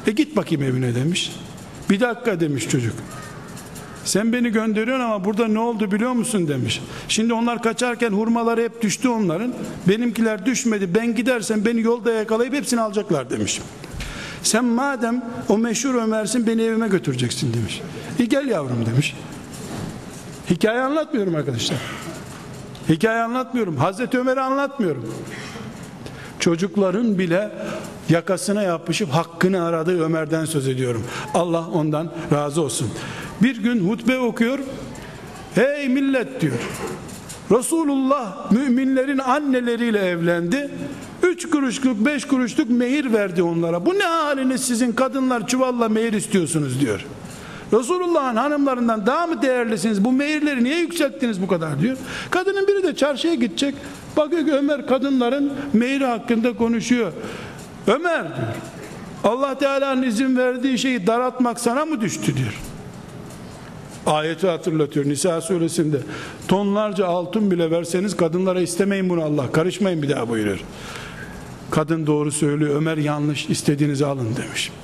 Git bakayım evine demiş. Bir dakika demiş çocuk. Sen beni gönderiyorsun ama burada ne oldu biliyor musun demiş. Şimdi onlar kaçarken hurmaları hep düştü onların. Benimkiler düşmedi. Ben gidersem beni yolda yakalayıp hepsini alacaklar demiş. Sen madem o meşhur Ömer'sin beni evime götüreceksin demiş. Gel yavrum demiş. Hikaye anlatmıyorum arkadaşlar. Hikaye anlatmıyorum. Hazreti Ömer'i anlatmıyorum. Çocukların bile yakasına yapışıp hakkını aradığı Ömer'den söz ediyorum. Allah ondan razı olsun. Bir gün hutbe okuyor. Hey millet diyor. Resulullah müminlerin anneleriyle evlendi. 3 kuruşluk 5 kuruşluk mehir verdi onlara. Bu ne haliniz sizin, kadınlar çuvalla mehir istiyorsunuz diyor. Resulullah'ın hanımlarından daha mı değerlisiniz? Bu mehirleri niye yükselttiniz bu kadar diyor. Kadının biri de çarşıya gidecek. Bakıyor ki Ömer kadınların mehri hakkında konuşuyor. Ömer diyor. Allah Teala'nın izin verdiği şeyi daraltmak sana mı düştü diyor. Ayeti hatırlatıyor Nisa suresinde. Tonlarca altın bile verseniz kadınlara istemeyin bunu, Allah karışmayın bir daha buyuruyor. Kadın doğru söylüyor, Ömer yanlış, istediğinizi alın demiş.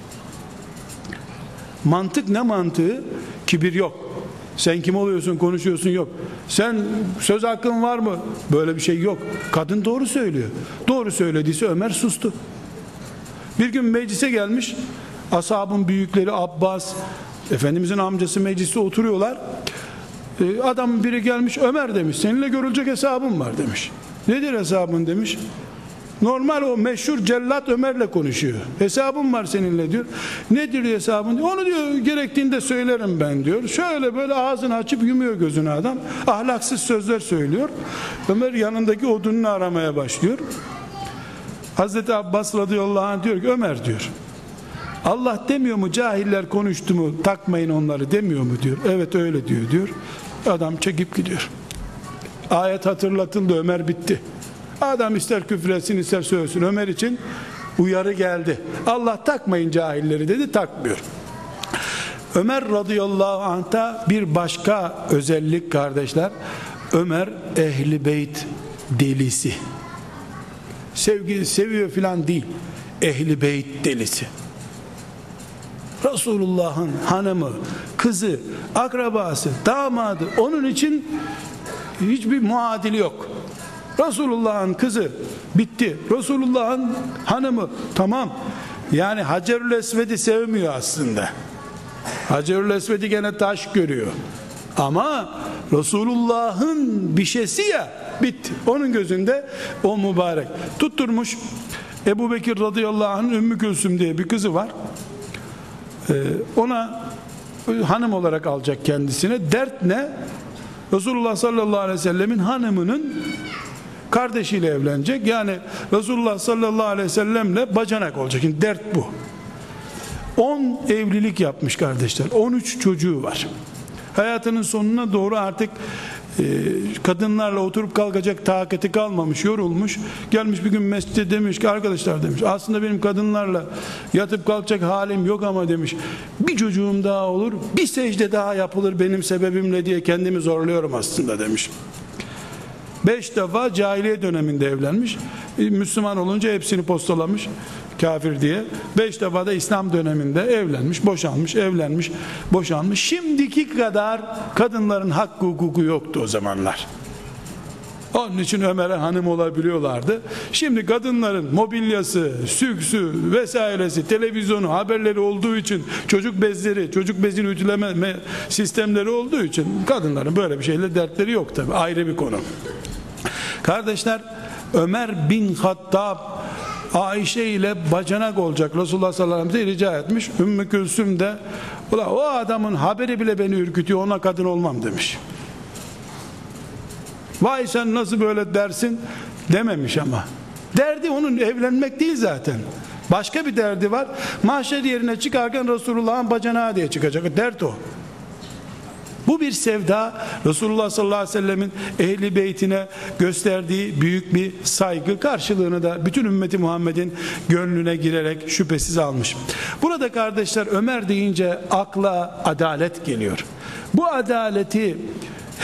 Mantık ne mantığı? Kibir yok. Sen kim oluyorsun konuşuyorsun yok. Sen söz hakkın var mı? Böyle bir şey yok. Kadın doğru söylüyor. Doğru söylediyse Ömer sustu. Bir gün meclise gelmiş. Ashabın büyükleri Abbas, Efendimizin amcası mecliste oturuyorlar. Adam biri gelmiş, Ömer demiş, seninle görülecek hesabım var demiş. Nedir hesabın demiş. Normal o meşhur cellat Ömer'le konuşuyor. Hesabım var seninle diyor. Nedir hesabın diyor. Onu diyor gerektiğinde söylerim ben diyor. Şöyle böyle ağzını açıp yumuyor gözünü adam. Ahlaksız sözler söylüyor. Ömer yanındaki odununu aramaya başlıyor. Hazreti Abbas radıyallahu anh diyor ki Ömer diyor. Allah demiyor mu cahiller konuştu mu takmayın onları demiyor mu diyor. Evet öyle diyor. Adam çekip gidiyor. Ayet hatırlatıldı, Ömer bitti. Adam ister küfretsin ister söylesin, Ömer için uyarı geldi. Allah takmayın cahilleri dedi, takmıyor. Ömer radıyallahu anh'ta bir başka özellik kardeşler. Ömer ehli beyt delisi. Seviyor filan değil. Ehli beyt delisi. Resulullah'ın hanımı, kızı, akrabası, damadı, onun için hiçbir muadili yok. Resulullah'ın kızı bitti. Resulullah'ın hanımı tamam. Yani Hacerül Esved'i sevmiyor aslında. Hacerül Esved'i gene taş görüyor. Ama Resulullah'ın bir şeysi ya, bitti. Onun gözünde o mübarek. Tutturmuş Ebu Bekir radıyallahu anh'ın Ümmü Gülsüm diye bir kızı var. Ona hanım olarak alacak kendisine. Dert ne? Resulullah sallallahu aleyhi ve sellemin hanımının kardeşiyle evlenecek. Yani Resulullah sallallahu aleyhi ve sellemle bacanak olacak. Yani dert bu. 10 evlilik yapmış kardeşler. 13 çocuğu var. Hayatının sonuna doğru artık kadınlarla oturup kalkacak takati kalmamış, yorulmuş. Gelmiş bir gün mescide demiş ki arkadaşlar demiş, aslında benim kadınlarla yatıp kalkacak halim yok ama demiş, bir çocuğum daha olur, bir secde daha yapılır benim sebebimle diye kendimi zorluyorum aslında demiş. 5 defa cahiliye döneminde evlenmiş. Müslüman olunca hepsini postalamış kafir diye. 5 defa da İslam döneminde evlenmiş, boşanmış, evlenmiş, boşanmış. Şimdiki kadar kadınların hakkı hukuku yoktu o zamanlar. Onun için Ömer'e hanım olabiliyorlardı. Şimdi kadınların mobilyası, süksü vesairesi, televizyonu, haberleri olduğu için, çocuk bezleri, çocuk bezini ütüleme sistemleri olduğu için kadınların böyle bir şeyle dertleri yok tabi. Ayrı bir konu. Kardeşler, Ömer bin Hattab Ayşe ile bacanak olacak Resulullah sallallahu aleyhi ve sellem'e rica etmiş. Ümmü Külsüm de o adamın haberi bile beni ürkütüyor, ona kadın olmam demiş. Vay sen nasıl böyle dersin dememiş ama. Derdi onun evlenmek değil zaten. Başka bir derdi var. Mahşer yerine çıkarken Resulullah'ın bacanağı diye çıkacak. Dert o. Bu bir sevda. Resulullah sallallahu aleyhi ve sellemin ehli beytine gösterdiği büyük bir saygı, karşılığını da bütün ümmeti Muhammed'in gönlüne girerek şüphesiz almış. Burada kardeşler, Ömer deyince akla adalet geliyor. Bu adaleti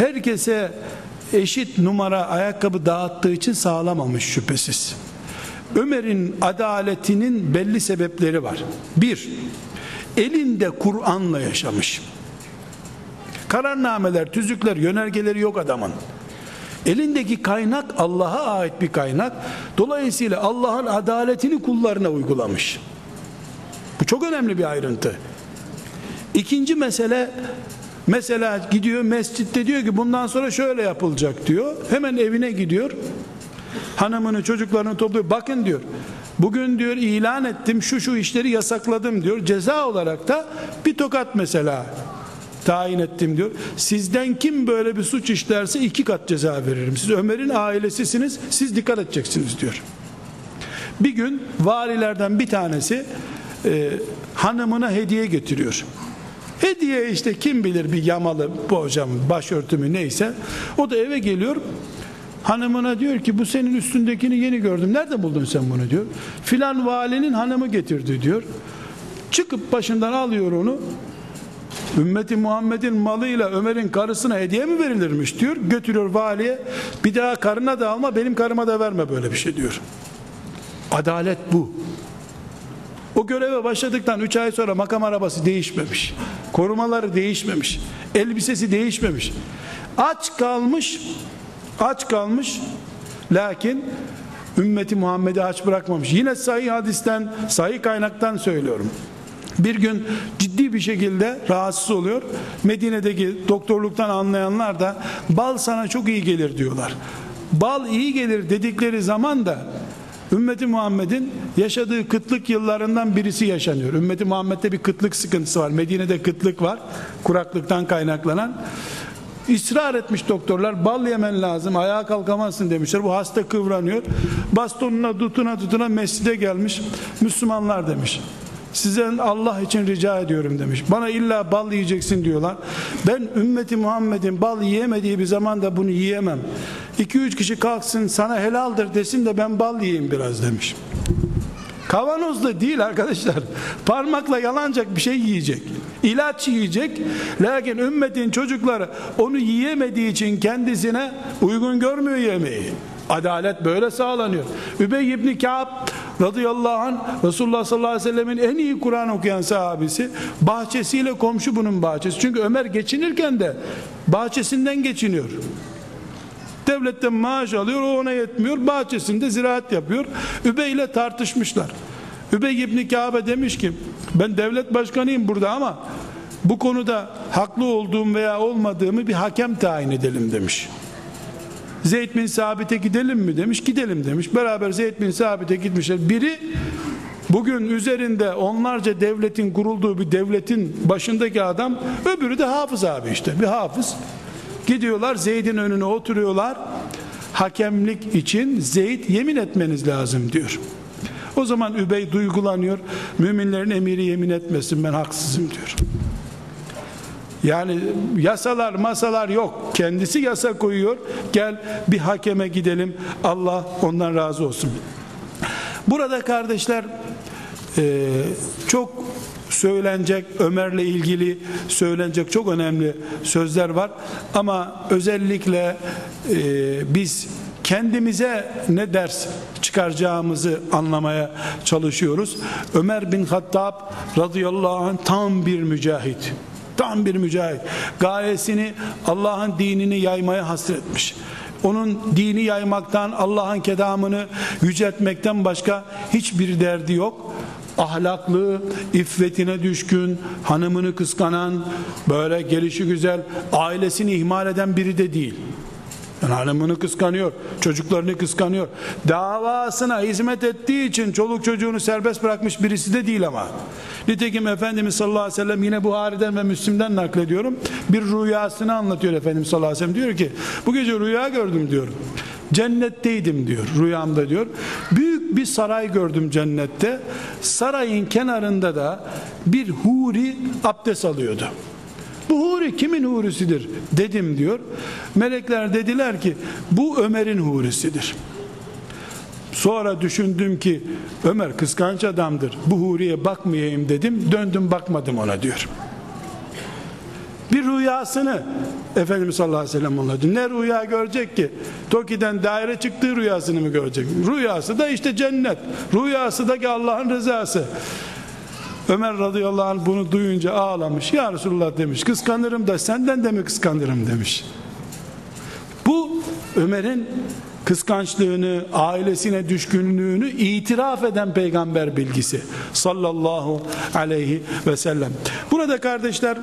herkese eşit numara ayakkabı dağıttığı için sağlamamış şüphesiz. Ömer'in adaletinin belli sebepleri var. Bir, elinde Kur'an'la yaşamış. Kararnameler, tüzükler, yönergeleri yok adamın. Elindeki kaynak Allah'a ait bir kaynak. Dolayısıyla Allah'ın adaletini kullarına uygulamış. Bu çok önemli bir ayrıntı. İkinci mesele, mesela gidiyor mescitte diyor ki bundan sonra şöyle yapılacak diyor. Hemen evine gidiyor. Hanımını, çocuklarını topluyor. Bakın diyor. Bugün diyor ilan ettim, şu işleri yasakladım diyor. Ceza olarak da bir tokat mesela tayin ettim diyor. Sizden kim böyle bir suç işlerse 2 kat ceza veririm. Siz Ömer'in ailesisiniz, siz dikkat edeceksiniz diyor. Bir gün valilerden bir tanesi hanımına hediye getiriyor. Hediye işte kim bilir bir yamalı hocam başörtümü neyse. O da eve geliyor. Hanımına diyor ki bu senin üstündekini yeni gördüm. Nerede buldun sen bunu diyor. Filan valinin hanımı getirdi diyor. Çıkıp başından alıyor onu. Ümmeti Muhammed'in malıyla Ömer'in karısına hediye mi verilirmiş diyor. Götürüyor valiye. Bir daha karına da alma, benim karıma da verme böyle bir şey diyor. Adalet bu. O göreve başladıktan 3 ay sonra makam arabası değişmemiş. Korumaları değişmemiş. Elbisesi değişmemiş. Aç kalmış. Lakin ümmeti Muhammed'i aç bırakmamış. Yine sahih hadisten, sahih kaynaktan söylüyorum. Bir gün ciddi bir şekilde rahatsız oluyor. Medine'deki doktorluktan anlayanlar da bal sana çok iyi gelir diyorlar. Bal iyi gelir dedikleri zaman da ümmeti Muhammed'in yaşadığı kıtlık yıllarından birisi yaşanıyor. Ümmeti Muhammed'de bir kıtlık sıkıntısı var. Medine'de kıtlık var. Kuraklıktan kaynaklanan. İsrar etmiş doktorlar, bal yemen lazım, ayağa kalkamazsın demişler. Bu hasta kıvranıyor. Bastonuna tutuna mescide gelmiş. Müslümanlar demiş, sizden Allah için rica ediyorum demiş. Bana illa bal yiyeceksin diyorlar. Ben ümmeti Muhammed'in bal yiyemediği bir zamanda bunu yiyemem. 2-3 kişi kalksın sana helaldir desin de ben bal yiyeyim biraz demiş. Kavanozda değil arkadaşlar. Parmakla yalanacak bir şey yiyecek. İlaç yiyecek. Lakin ümmetin çocukları onu yiyemediği için kendisine uygun görmüyor yemeği. Adalet böyle sağlanıyor. Übey ibn Ka'b radıyallahu anh Resulullah sallallahu aleyhi ve sellemin en iyi Kur'an okuyan sahabesi, bahçesiyle komşu bunun bahçesi. Çünkü Ömer geçinirken de bahçesinden geçiniyor. Devletten maaş alıyor, o ona yetmiyor. Bahçesinde ziraat yapıyor. Übey ile tartışmışlar. Übey ibn Ka'b'e demiş ki ben devlet başkanıyım burada ama bu konuda haklı olduğum veya olmadığımı bir hakem tayin edelim demiş. Zeyd bin Sabit'e gidelim mi demiş. Gidelim demiş. Beraber Zeyd bin Sabit'e gitmişler. Biri bugün üzerinde onlarca devletin kurulduğu bir devletin başındaki adam, öbürü de hafız abi işte. Bir hafız. Gidiyorlar Zeyd'in önüne oturuyorlar. Hakemlik için Zeyd yemin etmeniz lazım diyor. O zaman Übey duygulanıyor. Müminlerin emiri yemin etmesin, ben haksızım diyor. Yani masalar yok. Kendisi yasa koyuyor. Gel bir hakeme gidelim. Allah ondan razı olsun. Burada kardeşler çok söylenecek, Ömer'le ilgili söylenecek çok önemli sözler var. Ama özellikle biz kendimize ne ders çıkaracağımızı anlamaya çalışıyoruz. Ömer bin Hattab radıyallahu anh tam bir mücahit. Tam bir mücahit. Gayesini Allah'ın dinini yaymaya hasretmiş. Onun dini yaymaktan, Allah'ın kelamını yüceltmekten başka hiçbir derdi yok. Ahlaklı, iffetine düşkün, hanımını kıskanan, böyle gelişi güzel, ailesini ihmal eden biri de değil. Yani hanımını kıskanıyor, çocuklarını kıskanıyor. Davasına hizmet ettiği için çoluk çocuğunu serbest bırakmış birisi de değil ama. Nitekim Efendimiz sallallahu aleyhi ve sellem, yine Buhari'den ve Müslim'den naklediyorum, bir rüyasını anlatıyor Efendimiz sallallahu aleyhi ve sellem. Diyor ki bu gece rüya gördüm diyor. Cennetteydim diyor rüyamda diyor. Büyük bir saray gördüm cennette. Sarayın kenarında da bir huri abdest alıyordu. Bu huri kimin hurisidir dedim diyor. Melekler dediler ki bu Ömer'in hurisidir. Sonra düşündüm ki Ömer kıskanç adamdır, bu huriye bakmayayım dedim, döndüm bakmadım ona diyor. Bir rüyasını Efendimiz sallallahu aleyhi ve sellem anlatıyor. Ne rüya görecek ki? Toki'den daire çıktığı rüyasını mı görecek? Rüyası da işte cennet. Rüyası da ki Allah'ın rızası. Ömer radıyallahu anh bunu duyunca ağlamış. Ya Resulullah demiş, kıskanırım da senden de mi kıskanırım demiş. Bu Ömer'in kıskançlığını, ailesine düşkünlüğünü itiraf eden peygamber bilgisi sallallahu aleyhi ve sellem. Burada kardeşler,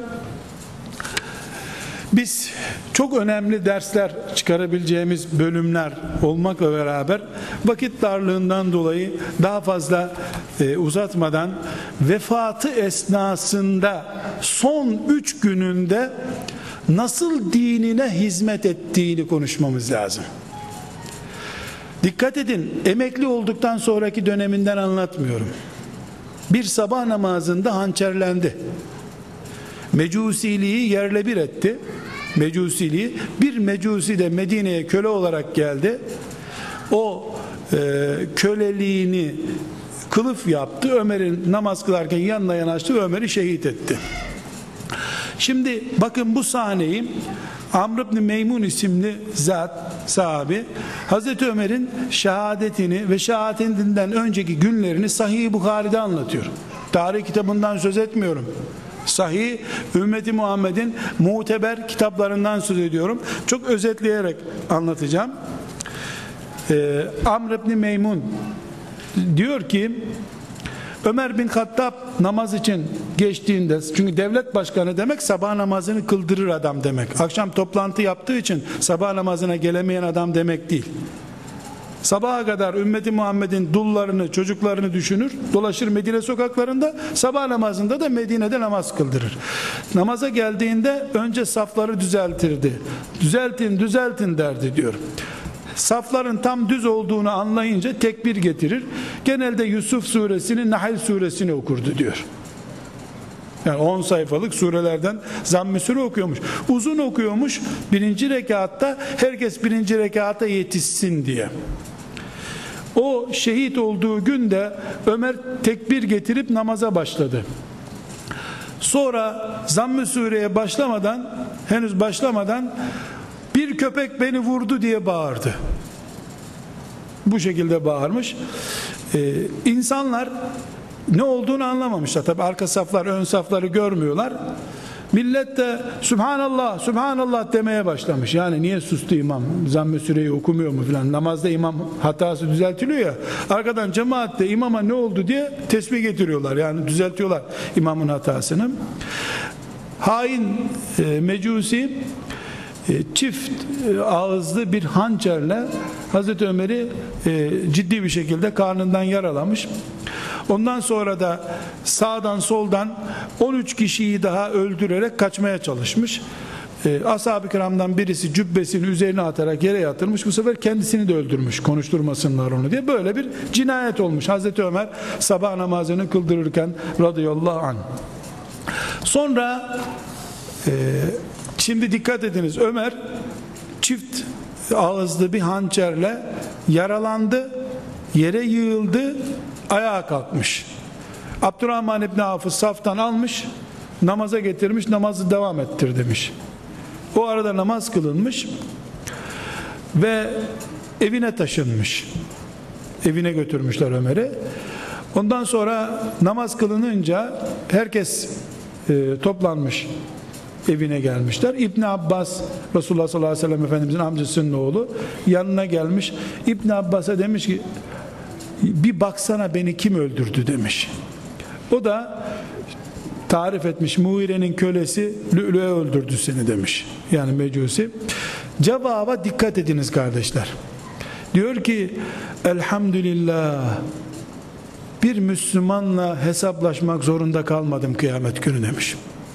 biz çok önemli dersler çıkarabileceğimiz bölümler olmakla beraber vakit darlığından dolayı daha fazla uzatmadan vefatı esnasında son 3 gününde nasıl dinine hizmet ettiğini konuşmamız lazım. Dikkat edin, emekli olduktan sonraki döneminden anlatmıyorum. Bir sabah namazında hançerlendi. Mecusiliği yerle bir etti. Mecusiliği, bir mecusi de Medine'ye köle olarak geldi. O köleliğini kılıf yaptı. Ömer'in namaz kılarken yanına yanaştı ve Ömer'i şehit etti. Şimdi bakın bu sahneyi Amr ibn Meymun isimli zat, sahabi, Hazreti Ömer'in şehadetini ve şehadetinden önceki günlerini Sahih-i Buhari'de anlatıyor. Tarih kitabından söz etmiyorum. Sahih, ümmeti Muhammed'in muteber kitaplarından söz ediyorum. Çok özetleyerek anlatacağım. Amr ibn Meymun diyor ki, Ömer bin Hattab namaz için geçtiğinde, çünkü devlet başkanı demek sabah namazını kıldırır adam demek. Akşam toplantı yaptığı için sabah namazına gelemeyen adam demek değil. Sabaha kadar ümmeti Muhammed'in dullarını, çocuklarını düşünür, dolaşır Medine sokaklarında, sabah namazında da Medine'de namaz kıldırır. Namaza geldiğinde önce safları düzeltirdi. Düzeltin derdi diyor. Safların tam düz olduğunu anlayınca tekbir getirir. Genelde Yusuf suresini, Nahl suresini okurdu diyor. Yani 10 sayfalık surelerden Zamm-ı Sure okuyormuş. Uzun okuyormuş. Birinci rekatta herkes birinci rekata yetişsin diye. O şehit olduğu günde Ömer tekbir getirip namaza başladı. Sonra Zamm-ı Sure'ye henüz başlamadan bir köpek beni vurdu diye bağırdı. Bu şekilde bağırmış. İnsanlar ne olduğunu anlamamışlar. Tabi arka saflar ön safları görmüyorlar. Millet de Subhanallah, Subhanallah demeye başlamış. Yani niye sustu imam? Zamm-ı Sure'yi okumuyor mu filan? Namazda imam hatası düzeltiliyor ya. Arkadan cemaat de imama ne oldu diye tesbih getiriyorlar. Yani düzeltiyorlar imamın hatasını. Hain mecusi çift ağızlı bir hançerle Hazreti Ömer'i ciddi bir şekilde karnından yaralamış. Ondan sonra da sağdan soldan 13 kişiyi daha öldürerek kaçmaya çalışmış. Ashab-ı kiramdan birisi cübbesini üzerine atarak yere yatırmış. Bu sefer kendisini de öldürmüş, konuşturmasınlar onu diye. Böyle bir cinayet olmuş. Hazreti Ömer sabah namazını kıldırırken radıyallahu anh. Sonra şimdi dikkat ediniz, Ömer çift ağızlı bir hançerle yaralandı, yere yığıldı, ayağa kalkmış. Abdurrahman İbni Avf'ı saftan almış, namaza getirmiş, namazı devam ettir demiş. O arada namaz kılınmış ve evine taşınmış. Evine götürmüşler Ömer'i. Ondan sonra namaz kılınınca herkes toplanmış, evine gelmişler. İbn Abbas, Resulullah sallallahu aleyhi ve sellem Efendimizin amcasının oğlu, yanına gelmiş. İbn Abbas'a demiş ki, bir baksana beni kim öldürdü demiş. O da tarif etmiş, Muire'nin kölesi Lü'lü'e öldürdü seni demiş. Yani mecusi. Cevaba dikkat ediniz kardeşler. Diyor ki, elhamdülillah, bir Müslümanla hesaplaşmak zorunda kalmadım kıyamet günü demiş.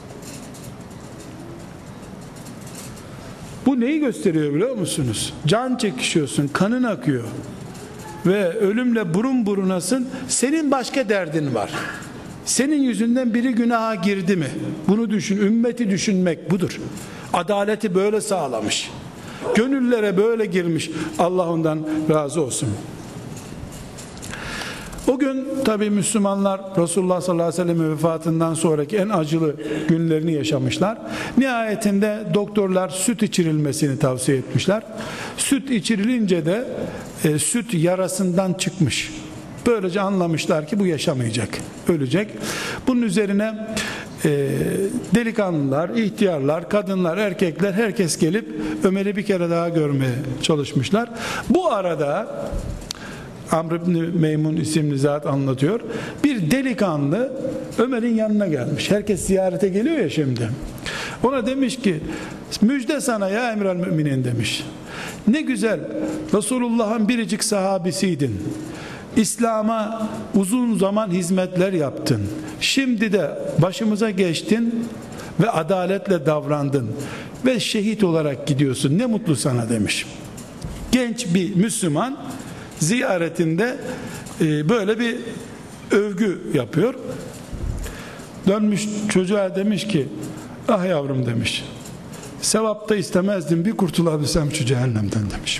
Bu neyi gösteriyor biliyor musunuz? Can çekişiyorsun, kanın akıyor ve ölümle burun burunasın, senin başka derdin var. Senin yüzünden biri günaha girdi mi? Bunu düşün, ümmeti düşünmek budur. Adaleti böyle sağlamış. Gönüllere böyle girmiş. Allah ondan razı olsun. O gün tabi Müslümanlar Resulullah sallallahu aleyhi ve sellem vefatından sonraki en acılı günlerini yaşamışlar. Nihayetinde doktorlar süt içirilmesini tavsiye etmişler. Süt içirilince de süt yarasından çıkmış. Böylece anlamışlar ki bu yaşamayacak, ölecek. Bunun üzerine delikanlılar, ihtiyarlar, kadınlar, erkekler, herkes gelip Ömer'i bir kere daha görmeye çalışmışlar. Bu arada Amr ibn Meymun isimli zat anlatıyor. Bir delikanlı Ömer'in yanına gelmiş. Herkes ziyarete geliyor ya şimdi. Ona demiş ki, müjde sana ya emir el müminin demiş. Ne güzel Resulullah'ın biricik sahabisiydin. İslam'a uzun zaman hizmetler yaptın. Şimdi de başımıza geçtin ve adaletle davrandın ve şehit olarak gidiyorsun. Ne mutlu sana demiş. Genç bir Müslüman ziyaretinde böyle bir övgü yapıyor. Dönmüş çocuğa demiş ki, ah yavrum demiş, sevap da istemezdim, bir kurtulabilsem şu cehennemden demiş.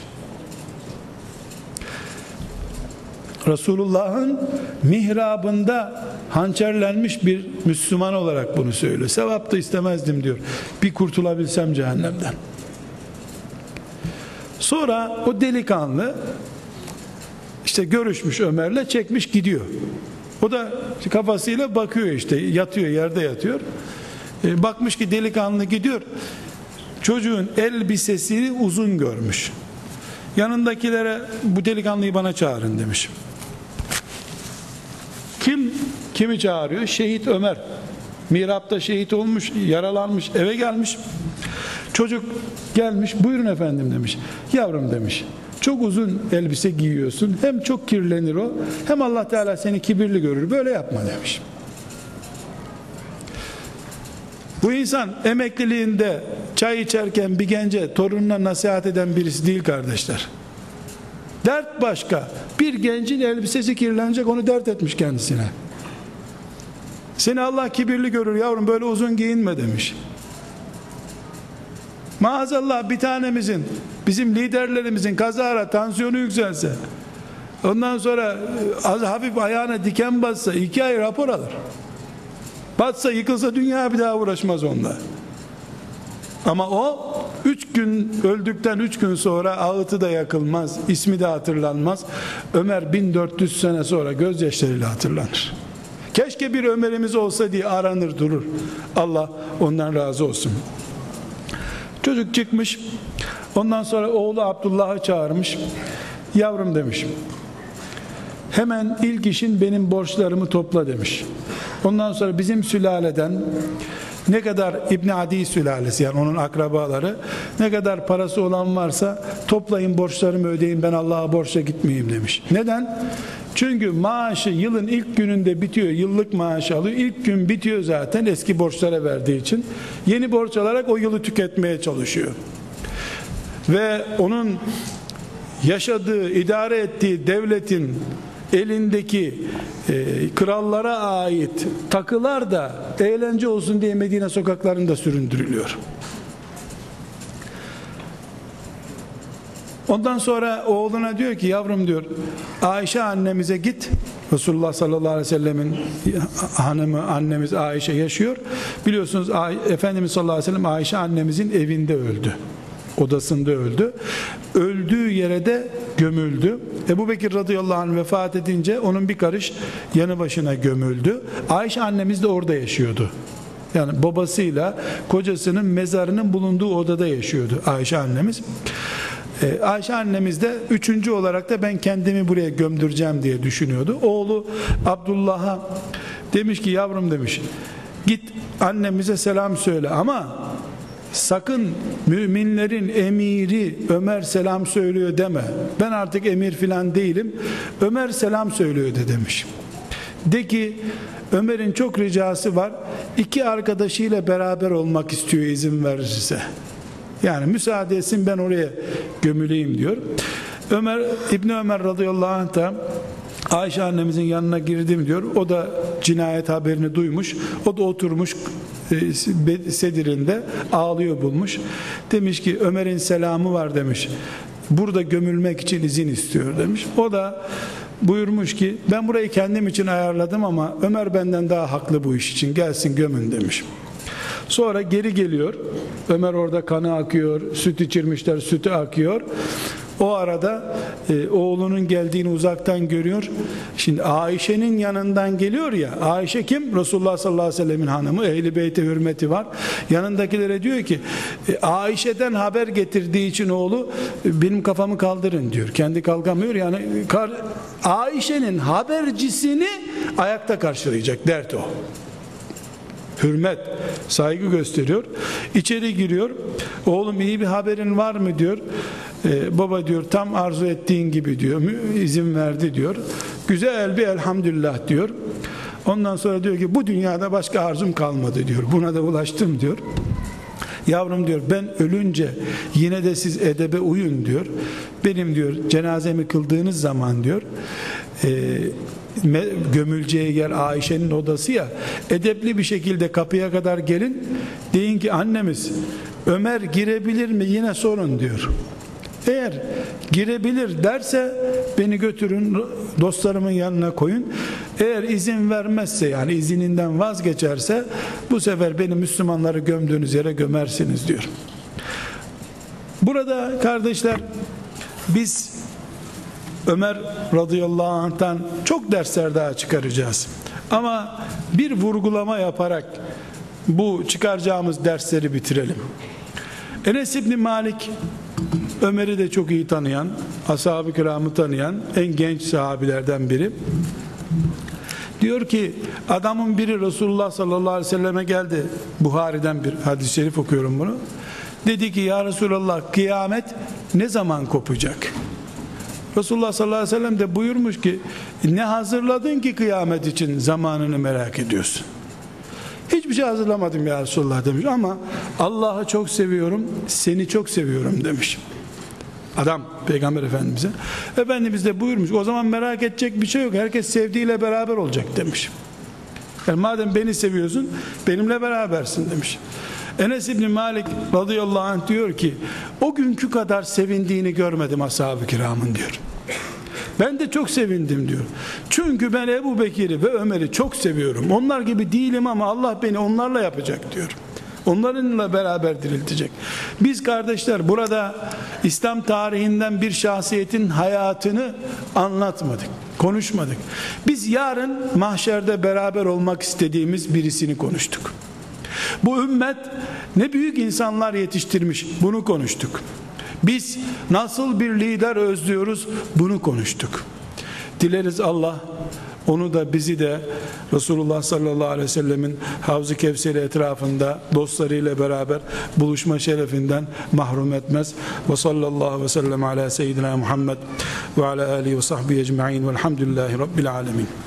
Resulullah'ın mihrabında hançerlenmiş bir Müslüman olarak bunu söylüyor. Sevap da istemezdim diyor, bir kurtulabilsem cehennemden. Sonra o delikanlı işte görüşmüş Ömer'le, çekmiş gidiyor. O da kafasıyla bakıyor, işte yatıyor, yerde yatıyor. Bakmış ki delikanlı gidiyor. Çocuğun elbisesini uzun görmüş. Yanındakilere bu delikanlıyı bana çağırın demiş. Kimi çağırıyor? Şehit Ömer. Mihrapta şehit olmuş, yaralanmış, eve gelmiş. Çocuk gelmiş, buyurun efendim demiş. Yavrum demiş, çok uzun elbise giyiyorsun, hem çok kirlenir o, hem Allah Teala seni kibirli görür, böyle yapma demiş. Bu insan emekliliğinde çay içerken bir gence torununa nasihat eden birisi değil kardeşler. Dert başka. Bir gencin elbisesi kirlenecek, onu dert etmiş kendisine. Seni Allah kibirli görür yavrum, böyle uzun giyinme demiş. Maazallah bir tanemizin, bizim liderlerimizin kazara tansiyonu yükselse, ondan sonra az hafif ayağına diken batsa 2 ay rapor alır. Batsa yıkılsa dünya bir daha uğraşmaz onunla. Ama o 3 gün öldükten 3 gün sonra ağıtı da yakılmaz, ismi de hatırlanmaz. Ömer 1400 sene sonra gözyaşlarıyla hatırlanır. Keşke bir Ömer'imiz olsa diye aranır durur. Allah ondan razı olsun. Çocuk çıkmış. Ondan sonra oğlu Abdullah'ı çağırmış. Yavrum demiş, hemen ilk işin benim borçlarımı topla demiş. Ondan sonra bizim sülaleden ne kadar İbn Adi sülalesi, yani onun akrabaları, ne kadar parası olan varsa toplayın, borçlarımı ödeyin, ben Allah'a borçla gitmeyeyim demiş. Neden? Çünkü maaşı yılın ilk gününde bitiyor, yıllık maaşı alıyor, ilk gün bitiyor zaten eski borçlara verdiği için. Yeni borç alarak o yılı tüketmeye çalışıyor. Ve onun yaşadığı, idare ettiği devletin elindeki krallara ait takılar da eğlence olsun diye Medine sokaklarında süründürülüyor. Ondan sonra oğluna diyor ki, yavrum diyor, Ayşe annemize git. Resulullah sallallahu aleyhi ve sellemin hanımı annemiz Ayşe yaşıyor. Biliyorsunuz Efendimiz sallallahu aleyhi ve sellem Ayşe annemizin evinde öldü. Odasında öldü. Öldüğü yere de gömüldü. Ebu Bekir radıyallahu anh vefat edince onun bir karış yanı başına gömüldü. Ayşe annemiz de orada yaşıyordu. Yani babasıyla kocasının mezarının bulunduğu odada yaşıyordu Ayşe annemiz. Ayşe annemiz de 3. olarak da ben kendimi buraya gömdüreceğim diye düşünüyordu. Oğlu Abdullah'a demiş ki, yavrum demiş, git annemize selam söyle ama sakın müminlerin emiri Ömer selam söylüyor deme. Ben artık emir filan değilim, Ömer selam söylüyor de demiş. De ki Ömer'in çok ricası var, 2 arkadaşıyla beraber olmak istiyor izin verirse. Yani müsaade etsin, ben oraya gömüleyim diyor. İbni Ömer radıyallahu anh da Ayşe annemizin yanına girdim diyor. O da cinayet haberini duymuş. O da oturmuş sedirinde ağlıyor bulmuş. Demiş ki Ömer'in selamı var demiş. Burada gömülmek için izin istiyor demiş. O da buyurmuş ki ben burayı kendim için ayarladım ama Ömer benden daha haklı bu iş için, gelsin gömün demiş. Sonra geri geliyor. Ömer orada kanı akıyor, süt içirmişler, sütü akıyor. O arada oğlunun geldiğini uzaktan görüyor. Şimdi Ayşe'nin yanından geliyor ya. Ayşe kim? Resulullah sallallahu aleyhi ve sellemin hanımı. Ehl-i Beyt'e hürmeti var. Yanındakilere diyor ki Ayşe'den haber getirdiği için oğlu benim kafamı kaldırın diyor. Kendi kalkamıyor. Yani Ayşe'nin habercisini ayakta karşılayacak. Dert o. Hürmet, saygı gösteriyor. İçeri giriyor. Oğlum iyi bir haberin var mı diyor. Baba diyor tam arzu ettiğin gibi diyor. İzin verdi diyor. Güzel bir elhamdülillah diyor. Ondan sonra diyor ki bu dünyada başka arzum kalmadı diyor. Buna da ulaştım diyor. Yavrum diyor ben ölünce yine de siz edebe uyun diyor. Benim diyor cenazemi kıldığınız zaman diyor gömüleceği yer Ayşe'nin odası ya, edepli bir şekilde kapıya kadar gelin, deyin ki annemiz Ömer girebilir mi yine sorun diyor. Eğer girebilir derse beni götürün dostlarımın yanına koyun. Eğer izin vermezse, yani izininden vazgeçerse, bu sefer beni Müslümanları gömdüğünüz yere gömersiniz diyor. Burada kardeşler biz Ömer radıyallahu anh'tan çok dersler daha çıkaracağız. Ama bir vurgulama yaparak bu çıkaracağımız dersleri bitirelim. Enes İbni Malik, Ömer'i de çok iyi tanıyan, ashab-ı kiramı tanıyan en genç sahabilerden biri. Diyor ki adamın biri Resulullah sallallahu aleyhi ve selleme geldi. Buhari'den bir hadis-i şerif okuyorum bunu. Dedi ki ya Resulallah kıyamet ne zaman kopacak? Resulullah sallallahu aleyhi ve sellem de buyurmuş ki ne hazırladın ki kıyamet için zamanını merak ediyorsun? Hiçbir şey hazırlamadım ya Resulullah demiş ama Allah'ı çok seviyorum, seni çok seviyorum demiş. Adam Peygamber Efendimiz'e. Efendimiz de buyurmuş o zaman merak edecek bir şey yok, herkes sevdiğiyle beraber olacak demiş. Yani madem beni seviyorsun benimle berabersin demiş. Enes İbni Malik radıyallahu anh diyor ki o günkü kadar sevindiğini görmedim ashab-ı kiramın diyor. Ben de çok sevindim diyor. Çünkü ben Ebu Bekir'i ve Ömer'i çok seviyorum. Onlar gibi değilim ama Allah beni onlarla yapacak diyor. Onlarınla beraber diriltecek. Biz kardeşler burada İslam tarihinden bir şahsiyetin hayatını anlatmadık, konuşmadık. Biz yarın mahşerde beraber olmak istediğimiz birisini konuştuk. Bu ümmet ne büyük insanlar yetiştirmiş, bunu konuştuk. Biz nasıl bir lider özlüyoruz, bunu konuştuk. Dileriz Allah onu da bizi de Resulullah sallallahu aleyhi ve sellemin Havz-ı Kevser'i etrafında dostlarıyla beraber buluşma şerefinden mahrum etmez. Ve sallallahu ve sellem ala seyyidina Muhammed ve ala alihi ve sahbihi ecma'in velhamdülillahi rabbil alemin.